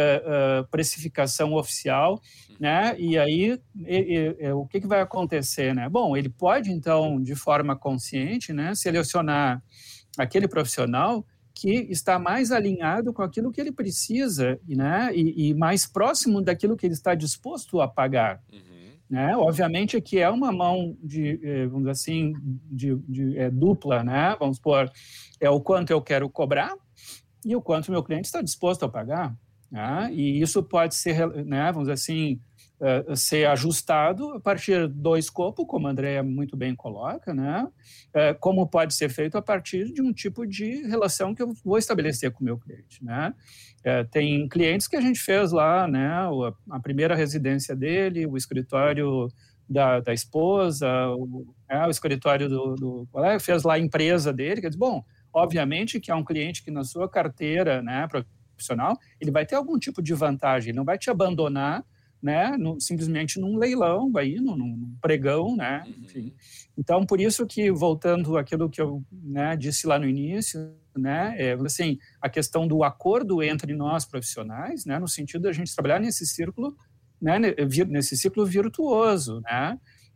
uh, uh, precificação oficial, né? E aí e, e, o que, que vai acontecer, né? Bom, ele pode então, de forma consciente, né, selecionar aquele profissional que está mais alinhado com aquilo que ele precisa, né, e, e mais próximo daquilo que ele está disposto a pagar. Uhum. Né? Obviamente que é uma mão de, vamos dizer assim, de, de, é, dupla, né? Vamos supor, é o quanto eu quero cobrar e o quanto meu cliente está disposto a pagar, né? E isso pode ser, né, vamos dizer assim, uh, ser ajustado a partir do escopo, como a Andrea muito bem coloca, né? Uh, como pode ser feito a partir de um tipo de relação que eu vou estabelecer com o meu cliente, né? Uh, tem clientes que a gente fez lá, né? A primeira residência dele, o escritório da, da esposa, o, é, o escritório do, do colega, fez lá a empresa dele, quer dizer, bom, obviamente que é um cliente que na sua carteira, né, profissional, ele vai ter algum tipo de vantagem, ele não vai te abandonar, né, no, simplesmente num leilão, vai ir num, num pregão, né, enfim. Então, por isso que, voltando àquilo que eu, né, disse lá no início, né, é, assim, a questão do acordo entre nós profissionais, né, no sentido de a gente trabalhar nesse círculo, né, nesse ciclo virtuoso, né?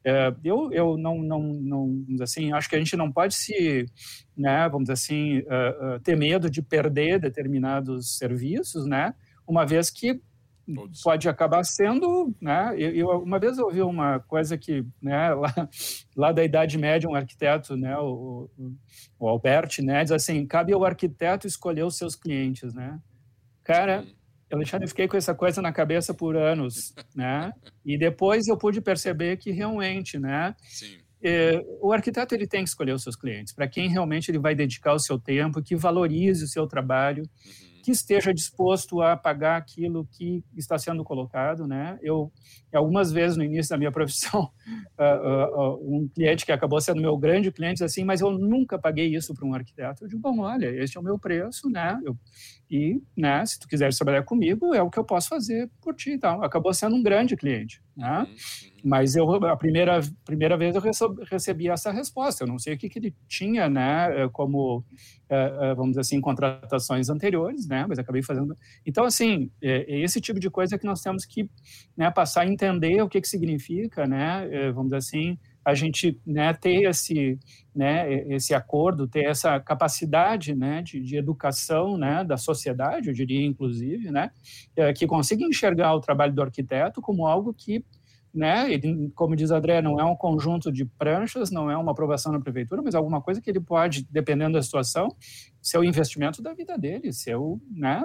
Eu, eu não, não, não, assim, acho que a gente não pode se, né, vamos dizer assim, uh, uh, ter medo de perder determinados serviços, né? Uma vez que Todos. Pode acabar sendo, né? Eu, eu uma vez eu ouvi uma coisa que, né, lá, lá da Idade Média, um arquiteto, né, o, o, o Albert, né, diz assim, cabe ao arquiteto escolher os seus clientes, né? Cara, Sim. Alexandre, eu fiquei com essa coisa na cabeça por anos, né? E depois eu pude perceber que realmente, né? Sim. É, o arquiteto ele tem que escolher os seus clientes, para quem realmente ele vai dedicar o seu tempo, que valorize o seu trabalho, uhum. que esteja disposto a pagar aquilo que está sendo colocado, né? Eu, algumas vezes no início da minha profissão, uh, uh, uh, um cliente que acabou sendo meu grande cliente disse assim, mas eu nunca paguei isso para um arquiteto. Eu digo, bom, olha, este é o meu preço, né? Eu, e, né, se tu quiseres trabalhar comigo, é o que eu posso fazer por ti. Então, acabou sendo um grande cliente, né? Uhum. Mas eu, a primeira, primeira vez eu recebi, recebi essa resposta. Eu não sei o que, que ele tinha, né, como, vamos dizer assim, contratações anteriores, né, mas acabei fazendo. Então, assim, é esse tipo de coisa que nós temos que, né, passar a entender o que, que significa, né, vamos dizer assim, a gente, né, ter esse, né, esse acordo, ter essa capacidade, né, de, de educação, né, da sociedade, eu diria, inclusive, né, que consiga enxergar o trabalho do arquiteto como algo que, né, ele, como diz a André, não é um conjunto de pranchas, não é uma aprovação na prefeitura, mas alguma coisa que ele pode, dependendo da situação, ser o investimento da vida dele, ser o, né,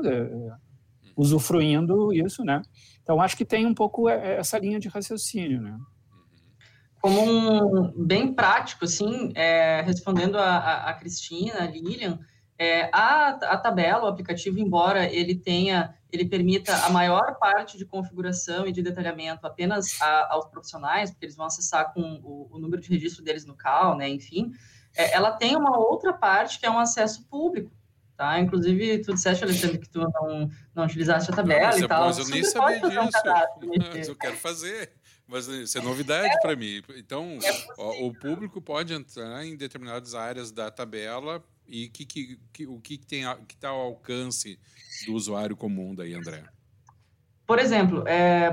usufruindo isso, né. Então, acho que tem um pouco essa linha de raciocínio, né. Como um bem prático, assim, é, respondendo a, a, a Cristina, a Lilian, é, a, a tabela, o aplicativo, embora ele tenha, ele permita a maior parte de configuração e de detalhamento apenas a, aos profissionais, porque eles vão acessar com o, o número de registro deles no C A U, né, enfim, é, ela tem uma outra parte que é um acesso público, tá? Inclusive, tu disseste, Alexandre, que tu não, não utilizaste a tabela não, e tal. Mas eu nem sabia disso, um cadastro, mas eu quero fazer. Mas isso é novidade é, para mim. Então, é ó, o público pode entrar em determinadas áreas da tabela e que, que, que, o que tem que está ao alcance do usuário comum daí, André? Por exemplo, é,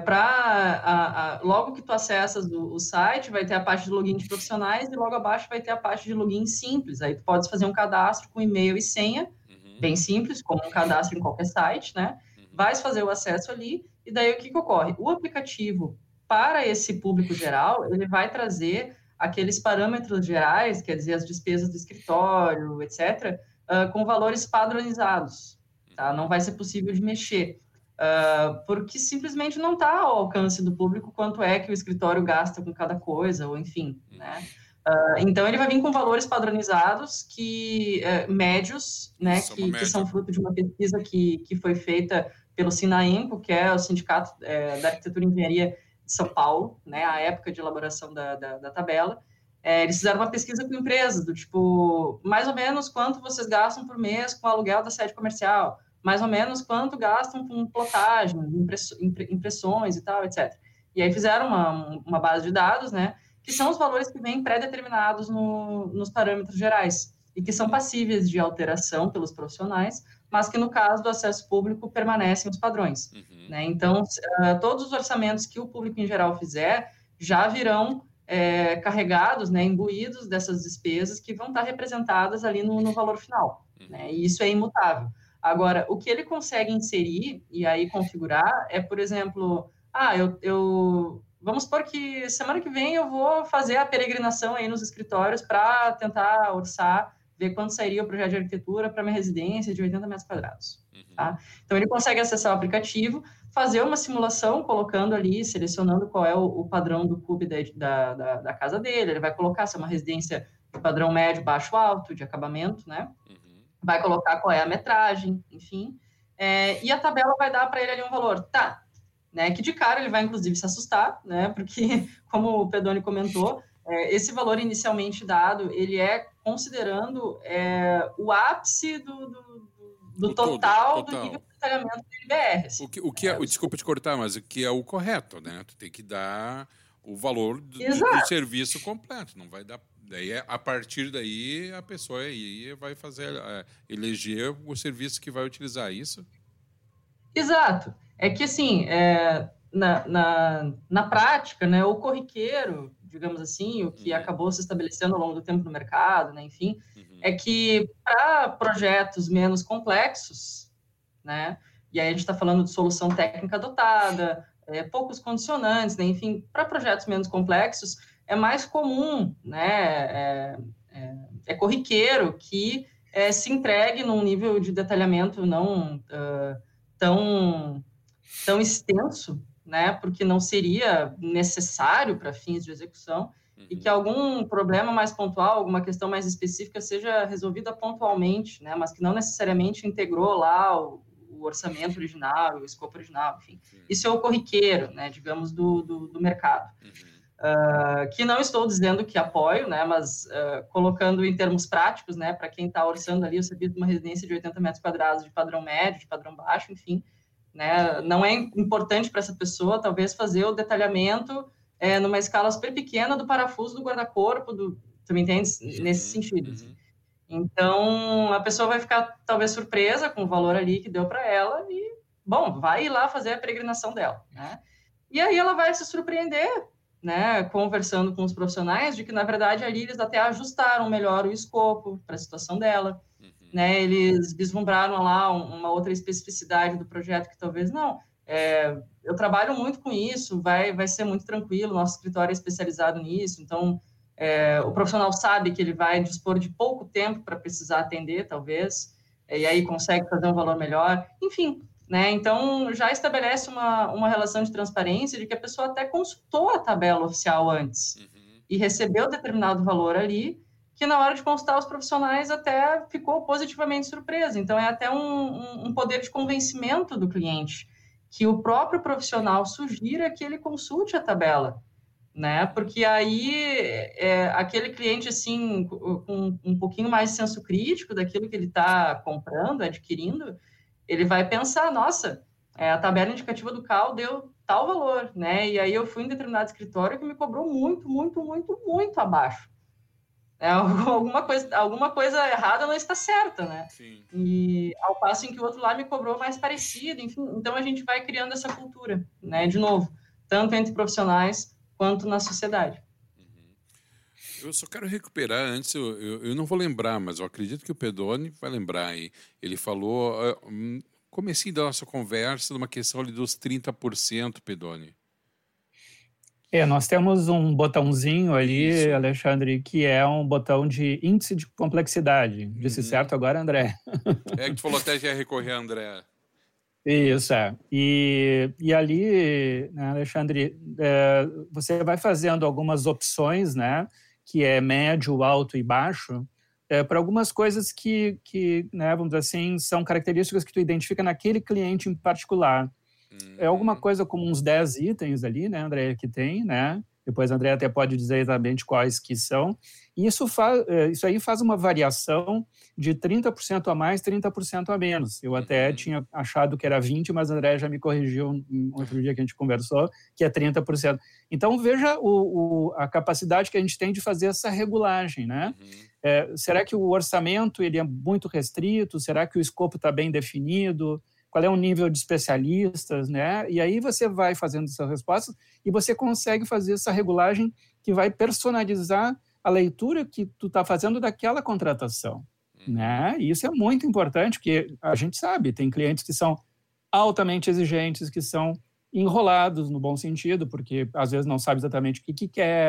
pra, logo que tu acessas o, o site, vai ter a parte de login de profissionais e logo abaixo vai ter a parte de login simples. Aí tu pode fazer um cadastro com e-mail e senha, uhum. bem simples, como um cadastro em qualquer site, né? Uhum. Vais fazer o acesso ali e daí o que, que ocorre? O aplicativo, para esse público geral, ele vai trazer aqueles parâmetros gerais, quer dizer, as despesas do escritório, etcétera, uh, com valores padronizados, tá? Não vai ser possível de mexer, uh, porque simplesmente não está ao alcance do público quanto é que o escritório gasta com cada coisa, ou enfim, né? Uh, então, ele vai vir com valores padronizados, que, uh, médios, né, que, que são fruto de uma pesquisa que, que foi feita pelo SINAEMCO, que é o Sindicato uh, da Arquitetura e Engenharia de São Paulo, né, a época de elaboração da, da, da tabela. É, eles fizeram uma pesquisa com empresas, do tipo, mais ou menos quanto vocês gastam por mês com o aluguel da sede comercial, mais ou menos quanto gastam com plotagem, impressões e tal, etcétera. E aí fizeram uma, uma base de dados, né, que são os valores que vêm pré-determinados no, nos parâmetros gerais e que são passíveis de alteração pelos profissionais, mas que no caso do acesso público permanecem os padrões. Uhum. Né? Então, uh, todos os orçamentos que o público em geral fizer já virão é, carregados, né, imbuídos dessas despesas que vão estar representadas ali no, no valor final. Uhum. Né? E isso é imutável. Agora, o que ele consegue inserir e aí configurar é, por exemplo, ah, eu, eu vamos supor que semana que vem eu vou fazer a peregrinação aí nos escritórios para tentar orçar ver quanto sairia o projeto de arquitetura para minha residência de oitenta metros quadrados. Tá? Então, ele consegue acessar o aplicativo, fazer uma simulação, colocando ali, selecionando qual é o, o padrão do C U B da, da, da casa dele, ele vai colocar se é uma residência de padrão médio, baixo, alto, de acabamento, né? Uhum. Vai colocar qual é a metragem, enfim, é, e a tabela vai dar para ele ali um valor. Tá, né, que de cara ele vai, inclusive, se assustar, né, porque, como o Pedoni comentou, é, esse valor inicialmente dado, ele é considerando é, o ápice do, do, do total, total do nível de detalhamento do I B R. Assim, o que, o que é, é, desculpa te cortar, mas o que é o correto, né? Tu tem que dar o valor do, do serviço completo, não vai dar... Daí, a partir daí, a pessoa aí vai fazer, é, eleger o serviço que vai utilizar, isso? Exato. É que, assim, é, na, na, na prática, né, o corriqueiro, digamos assim, o que uhum. acabou se estabelecendo ao longo do tempo no mercado, né, enfim, uhum. é que para projetos menos complexos, né, e aí a gente está falando de solução técnica dotada, é, poucos condicionantes, né, enfim, para projetos menos complexos, é mais comum, né, é, é, é corriqueiro que é, se entregue num nível de detalhamento não uh, tão, tão extenso, né, porque não seria necessário para fins de execução, uhum. e que algum problema mais pontual, alguma questão mais específica seja resolvida pontualmente, né, mas que não necessariamente integrou lá o, o orçamento original, o escopo original, enfim. Sim. Isso é o corriqueiro, né, digamos, do, do, do mercado. Uhum. Uh, que não estou dizendo que apoio, né, mas uh, colocando em termos práticos, né, para quem está orçando ali o serviço de uma residência de oitenta metros quadrados de padrão médio, de padrão baixo, enfim, né, não é importante para essa pessoa, talvez, fazer o detalhamento é, numa escala super pequena do parafuso do guarda-corpo, do, tu me entende? Nesse sentido. Uhum. Assim. Então, a pessoa vai ficar, talvez, surpresa com o valor ali que deu para ela e, bom, vai ir lá fazer a peregrinação dela, né? E aí ela vai se surpreender, né, conversando com os profissionais, de que, na verdade, ali eles até ajustaram melhor o escopo para a situação dela, uhum. né, eles vislumbraram lá uma outra especificidade do projeto que talvez, não, é, eu trabalho muito com isso, vai, vai ser muito tranquilo, nosso escritório é especializado nisso, então, é, o profissional sabe que ele vai dispor de pouco tempo para precisar atender, talvez, e aí consegue fazer um valor melhor, enfim... Né? Então, já estabelece uma, uma relação de transparência de que a pessoa até consultou a tabela oficial antes uhum. e recebeu determinado valor ali, que na hora de consultar os profissionais até ficou positivamente surpresa. Então, é até um, um, um poder de convencimento do cliente, que o próprio profissional sugira que ele consulte a tabela, né? Porque aí, é, aquele cliente, assim, com um pouquinho mais de senso crítico daquilo que ele está comprando, adquirindo, ele vai pensar, nossa, é, a tabela indicativa do C A U deu tal valor, né? E aí eu fui em determinado escritório que me cobrou muito, muito, muito, muito abaixo. É, alguma, coisa, alguma coisa errada não está certa, né? Sim. E ao passo em que o outro lá me cobrou mais parecido, enfim. Então a gente vai criando essa cultura, né? De novo, tanto entre profissionais quanto na sociedade. Eu só quero recuperar antes, eu, eu, eu não vou lembrar, mas eu acredito que o Pedoni vai lembrar aí. Ele falou, uh, comecinho da nossa conversa, numa questão ali dos trinta por cento, Pedoni. É, nós temos um botãozinho ali, Isso. Alexandre, que é um botão de índice de complexidade. Disse uhum. certo agora, André? É que tu falou até já recorrer, André. Isso, é. E, e ali, né, Alexandre, é, você vai fazendo algumas opções, né? Que é médio, alto e baixo, é, para algumas coisas que, que né, vamos dizer assim, são características que tu identifica naquele cliente em particular. Uhum. É alguma coisa como uns dez itens ali, né, André, que tem, né? Depois a André até pode dizer exatamente quais que são. E isso, faz, isso aí faz uma variação de trinta por cento a mais, trinta por cento a menos. Eu até uhum. tinha achado que era vinte por cento, mas a André já me corrigiu um outro dia que a gente conversou, que é trinta por cento. Então, veja o, o, a capacidade que a gente tem de fazer essa regulagem, né? Uhum. É, será que o orçamento ele é muito restrito? Será que o escopo está bem definido? Qual é o nível de especialistas, né? E aí você vai fazendo essas respostas e você consegue fazer essa regulagem que vai personalizar a leitura que tu está fazendo daquela contratação, uhum. né? E isso é muito importante, porque a gente sabe, tem clientes que são altamente exigentes, que são enrolados no bom sentido, porque às vezes não sabe exatamente o que, que quer,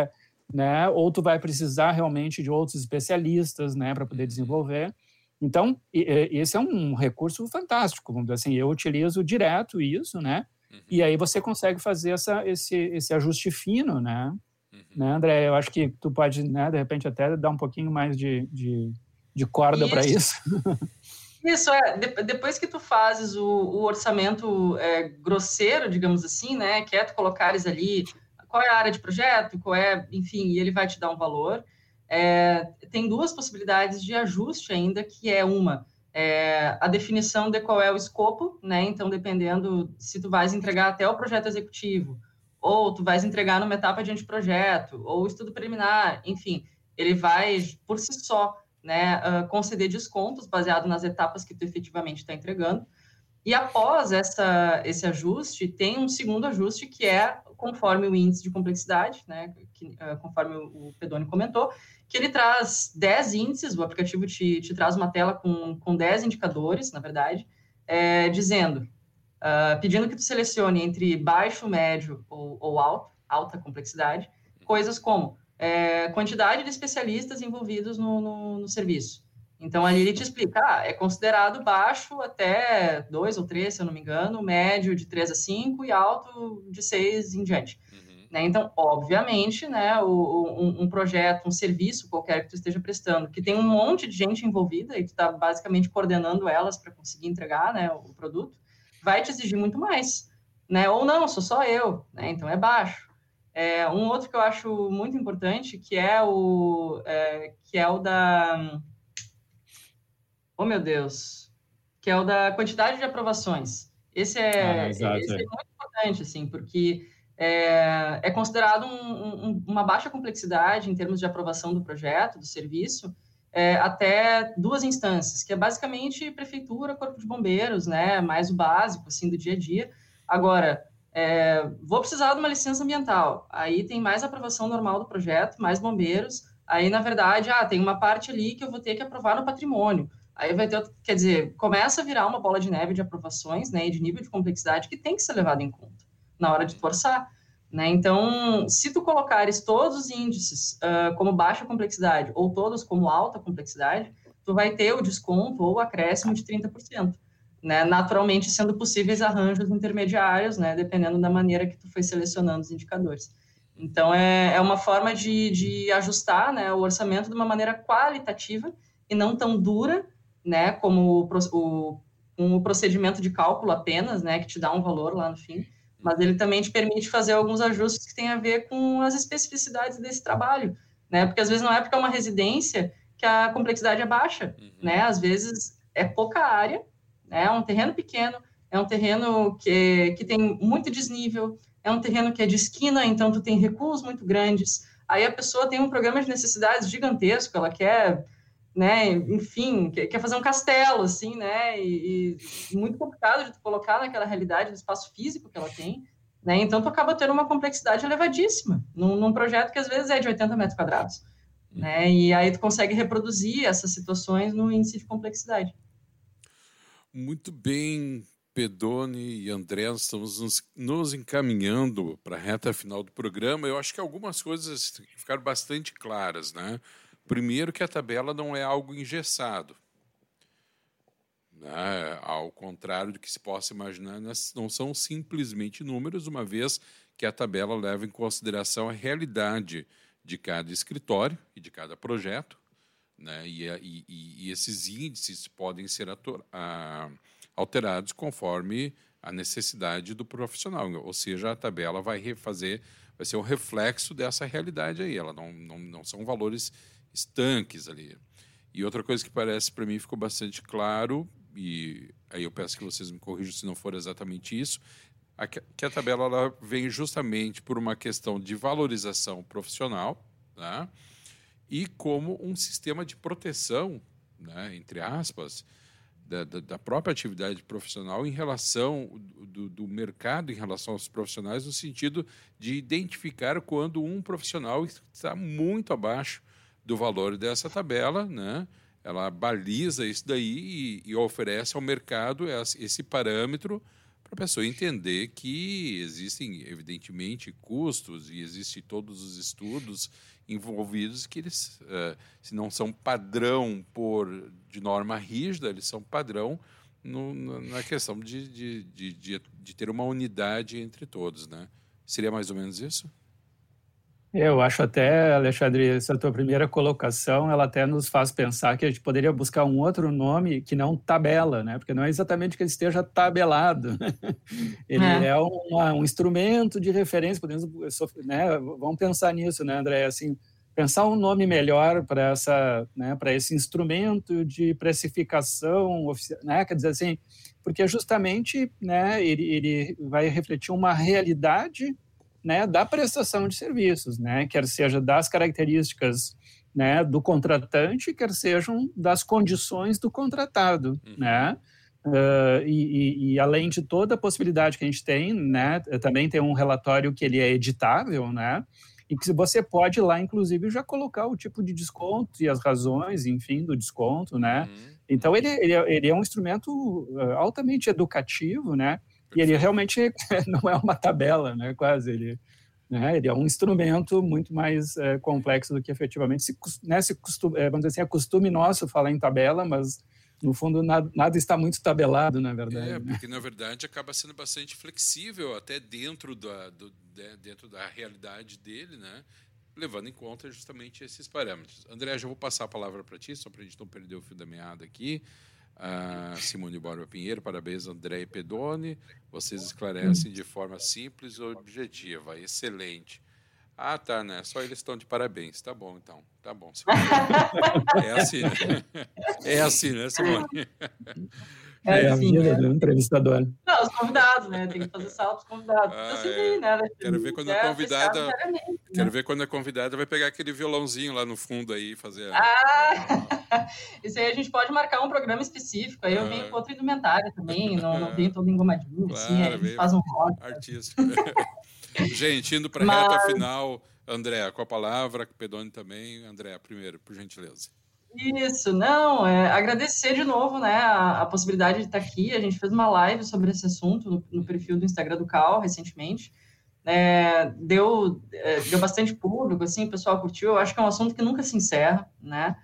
né? Ou tu vai precisar realmente de outros especialistas, né, para poder desenvolver. Então, esse é um recurso fantástico, vamos dizer assim, eu utilizo direto isso, né? Uhum. E aí você consegue fazer essa, esse, esse ajuste fino, né? Uhum. Né, André? Eu acho que tu pode, né, de repente, até dar um pouquinho mais de, de, de corda para isso. Isso, é. De, depois que tu fazes o, o orçamento é, grosseiro, digamos assim, né? Que é tu colocares ali qual é a área de projeto, qual é, enfim, e ele vai te dar um valor. É, tem duas possibilidades de ajuste ainda, que é uma, é, a definição de qual é o escopo, né? Então, dependendo se tu vais entregar até o projeto executivo, ou tu vais entregar numa etapa de anteprojeto, ou estudo preliminar, enfim, ele vai, por si só, né, uh, conceder descontos baseado nas etapas que tu efetivamente está entregando. E após essa, esse ajuste, tem um segundo ajuste, que é conforme o índice de complexidade, né, que, uh, conforme o Pedoni comentou, que ele traz dez índices, o aplicativo te, te traz uma tela com, com dez indicadores, na verdade, é, dizendo, uh, pedindo que tu selecione entre baixo, médio ou, ou alto, alta complexidade, coisas como é, quantidade de especialistas envolvidos no, no, no serviço. Então, ali ele te explica, ah, é considerado baixo até dois ou três, se eu não me engano, médio de três a cinco e alto de seis em diante. Uhum. Né? Então, obviamente, né, o, um, um projeto, um serviço qualquer que tu esteja prestando, que tem um monte de gente envolvida e tu está basicamente coordenando elas para conseguir entregar, né, o produto, vai te exigir muito mais. Né? Ou não, sou só eu, né? Então é baixo. É, um outro que eu acho muito importante, que é o, é, que é o da... Oh, meu Deus! Que é o da quantidade de aprovações. Esse é, ah, esse é muito importante, assim, porque é, é considerado um, um, uma baixa complexidade em termos de aprovação do projeto, do serviço, é, até duas instâncias, que é basicamente prefeitura, corpo de bombeiros, né, mais o básico, assim, do dia a dia. Agora, é, vou precisar de uma licença ambiental, aí tem mais aprovação normal do projeto, mais bombeiros, aí, na verdade, ah, tem uma parte ali que eu vou ter que aprovar no patrimônio, aí vai ter, quer dizer, começa a virar uma bola de neve de aprovações, né, e de nível de complexidade que tem que ser levado em conta na hora de tu orçar, né, então, se tu colocares todos os índices uh, como baixa complexidade, ou todos como alta complexidade, tu vai ter o desconto ou o acréscimo de trinta por cento. Né, naturalmente sendo possíveis arranjos intermediários, né, dependendo da maneira que tu foi selecionando os indicadores. Então, é, é uma forma de, de ajustar, né, o orçamento de uma maneira qualitativa e não tão dura, né, como o, o, um procedimento de cálculo apenas, né, que te dá um valor lá no fim, mas ele também te permite fazer alguns ajustes que têm a ver com as especificidades desse trabalho, né, porque às vezes não é porque é uma residência que a complexidade é baixa, uhum. né, às vezes é pouca área, é um terreno pequeno, é um terreno que, que tem muito desnível, é um terreno que é de esquina, então tu tem recuos muito grandes, aí a pessoa tem um programa de necessidades gigantesco, ela quer, né, enfim, quer, quer fazer um castelo, assim, né, e, e muito complicado de tu colocar naquela realidade do espaço físico que ela tem, né, então tu acaba tendo uma complexidade elevadíssima, num, num projeto que às vezes é de oitenta metros quadrados, né, e aí tu consegue reproduzir essas situações no índice de complexidade. Muito bem, Pedoni e André, estamos nos, nos encaminhando para a reta final do programa. Eu acho que algumas coisas ficaram bastante claras, né? Primeiro, que a tabela não é algo engessado, né? Ao contrário do que se possa imaginar, não são simplesmente números, uma vez que a tabela leva em consideração a realidade de cada escritório e de cada projeto. Né? E, e, e esses índices podem ser ator, a, alterados conforme a necessidade do profissional, ou seja, a tabela vai refazer, vai ser um reflexo dessa realidade aí, ela não, não, não são valores estanques ali. E outra coisa que parece para mim ficou bastante claro, e aí eu peço que vocês me corrijam se não for exatamente isso, a, que a tabela ela vem justamente por uma questão de valorização profissional, né? E como um sistema de proteção, né, entre aspas, da, da, da própria atividade profissional em relação do, do mercado, em relação aos profissionais, no sentido de identificar quando um profissional está muito abaixo do valor dessa tabela, né, ela baliza isso daí e, e oferece ao mercado esse parâmetro para a pessoa entender que existem, evidentemente, custos e existem todos os estudos envolvidos que eles, uh, se não são padrão por, de norma rígida, eles são padrão no, na questão de, de, de, de, de ter uma unidade entre todos, né? Seria mais ou menos isso? Eu acho até, Alexandre, essa tua primeira colocação, ela até nos faz pensar que a gente poderia buscar um outro nome que não tabela, né? Porque não é exatamente que ele esteja tabelado. Ele é, é uma, um instrumento de referência, podemos, né? Vamos pensar nisso, né, André? Assim, pensar um nome melhor para essa, né, para esse instrumento de precificação oficial, né? Quer dizer assim, porque justamente, né, ele, ele vai refletir uma realidade, né, da prestação de serviços, né, quer seja das características, né, do contratante, quer sejam das condições do contratado, uhum. né, uh, e, e, e além de toda a possibilidade que a gente tem, né, também tem um relatório que ele é editável, né, e que você pode lá, inclusive, já colocar o tipo de desconto e as razões, enfim, do desconto, né, uhum. então ele, ele, é, ele é um instrumento altamente educativo, né, e ele realmente não é uma tabela, né, quase, ele, né, ele é um instrumento muito mais é, complexo do que efetivamente, se, né, se costume, vamos dizer assim, é costume nosso falar em tabela, mas no fundo nada, nada está muito tabelado, na verdade. É, né? porque na verdade acaba sendo bastante flexível até dentro da, do, de, dentro da realidade dele, né, levando em conta justamente esses parâmetros. André, já vou passar a palavra para ti, só para a gente não perder o fio da meada aqui. Uh, Simone Borba Pinheiro, parabéns, André e Pedoni, vocês esclarecem de forma simples e objetiva, excelente. Ah, tá, né? Só eles estão de parabéns, tá bom, então, tá bom. É assim, né? É assim, né, Simone? É, é assim, a vida do entrevistador. Não, os convidados, né? Tem que fazer salto os convidados. Ah, assim, é. né? Quero ver quando a convidada. Quero né? ver quando a convidada vai pegar aquele violãozinho lá no fundo aí e fazer. Ah! Isso aí a gente pode marcar um programa específico. Aí eu ah. venho com outra indumentária também, não, não venho todo engomadinho, claro, assim, a gente faz um rock. Artístico. Gente, indo para a Mas... reta final, André, com a palavra, Pedoni também. André, primeiro, por gentileza. Isso, não, é, agradecer de novo, né, a, a possibilidade de estar aqui. A gente fez uma live sobre esse assunto no, no perfil do Instagram do Cal recentemente. É, deu, é, deu bastante público, assim, o pessoal curtiu. Eu acho que é um assunto que nunca se encerra, né.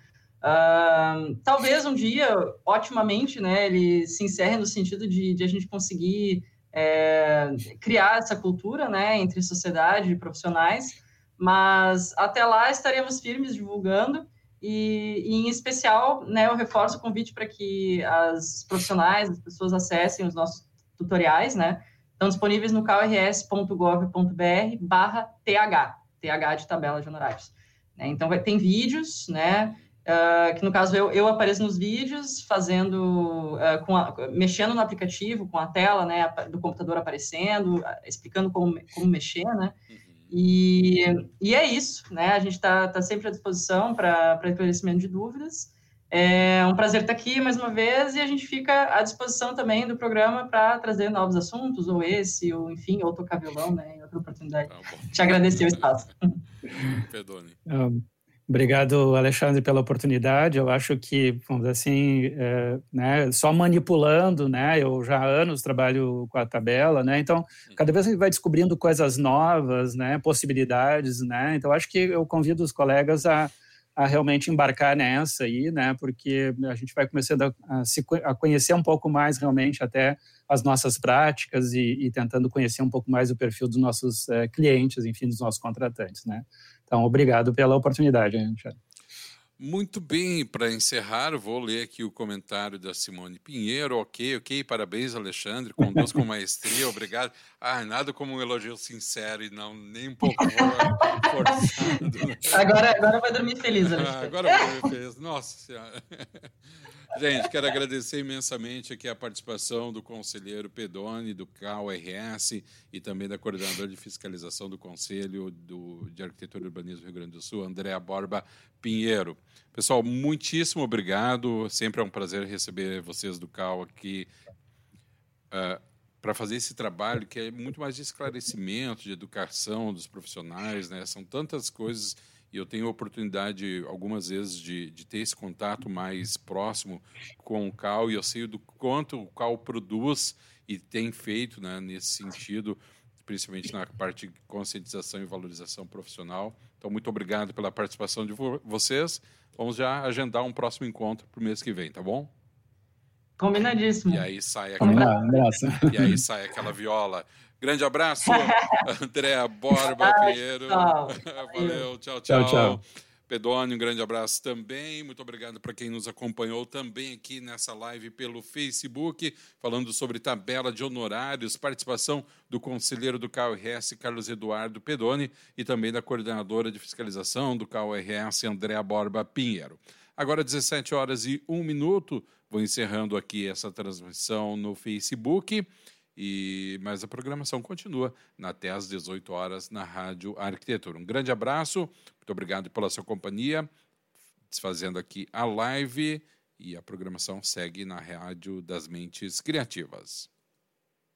Uh, talvez um dia, otimamente, né, ele se encerre no sentido de, de a gente conseguir é, criar essa cultura, né, entre sociedade e profissionais, mas até lá estaremos firmes divulgando. E, e, em especial, né, eu reforço o convite para que as profissionais, as pessoas acessem os nossos tutoriais, né, estão disponíveis no cal r s ponto gov ponto b r barra t h, T H de tabela de honorários. Né, então, vai, tem vídeos, né, uh, que no caso eu, eu apareço nos vídeos, fazendo, uh, com a, mexendo no aplicativo, com a tela, né, do computador aparecendo, explicando como, como mexer, né. E, e é isso, né? A gente está tá sempre à disposição para esclarecimento de dúvidas. É um prazer estar aqui mais uma vez e a gente fica à disposição também do programa para trazer novos assuntos, ou esse, ou enfim, ou tocar violão, né? Em outra oportunidade. Tá bom. Te agradecer o espaço. Pedoni. Um, obrigado, Alexandre, pela oportunidade. Eu acho que, vamos dizer assim, é, né, só manipulando, né? Eu já há anos trabalho com a tabela, né? Então, cada vez a gente vai descobrindo coisas novas, né? Possibilidades, né? Então, acho que eu convido os colegas a, a realmente embarcar nessa aí, né? Porque a gente vai começando a, a, se, a conhecer um pouco mais realmente até as nossas práticas e, e tentando conhecer um pouco mais o perfil dos nossos é, clientes, enfim, dos nossos contratantes, né? Então, obrigado pela oportunidade, Alexandre. Muito bem, para encerrar, vou ler aqui o comentário da Simone Pinheiro. Ok, ok, parabéns, Alexandre, conduz com maestria, obrigado. Ah, nada como um elogio sincero e não nem um pouco forçado. Né? Agora, agora vai dormir feliz, Alexandre. Ah, agora vai dormir feliz, nossa Senhora. Gente, quero agradecer imensamente aqui a participação do conselheiro Pedoni, do Cal R S e também da coordenadora de fiscalização do Conselho do, de Arquitetura e Urbanismo do Rio Grande do Sul, Andréa Borba Pinheiro. Pessoal, muitíssimo obrigado. Sempre é um prazer receber vocês do Cal aqui uh, para fazer esse trabalho que é muito mais de esclarecimento, de educação dos profissionais, né? São tantas coisas e eu tenho a oportunidade algumas vezes de, de ter esse contato mais próximo com o Cal, e eu sei do quanto o Cal produz e tem feito, né, nesse sentido, principalmente na parte de conscientização e valorização profissional. Então, muito obrigado pela participação de vo- vocês. Vamos já agendar um próximo encontro para o mês que vem, tá bom? Combinadíssimo. E aí sai Vamos aquela, lá, abraço. e aí sai aquela viola. Grande abraço, André Borba Pinheiro. Valeu, tchau, tchau. Tchau, tchau. Pedoni, um grande abraço também. Muito obrigado para quem nos acompanhou também aqui nessa live pelo Facebook, falando sobre tabela de honorários, participação do conselheiro do K U R S, Carlos Eduardo Pedoni, e também da coordenadora de fiscalização do K U R S, Andréa Borba Pinheiro. Agora, dezessete horas e um minuto, vou encerrando aqui essa transmissão no Facebook, e, mas a programação continua até às dezoito horas na Rádio Arquitetura. Um grande abraço, muito obrigado pela sua companhia, desfazendo aqui a live, e a programação segue na Rádio das Mentes Criativas.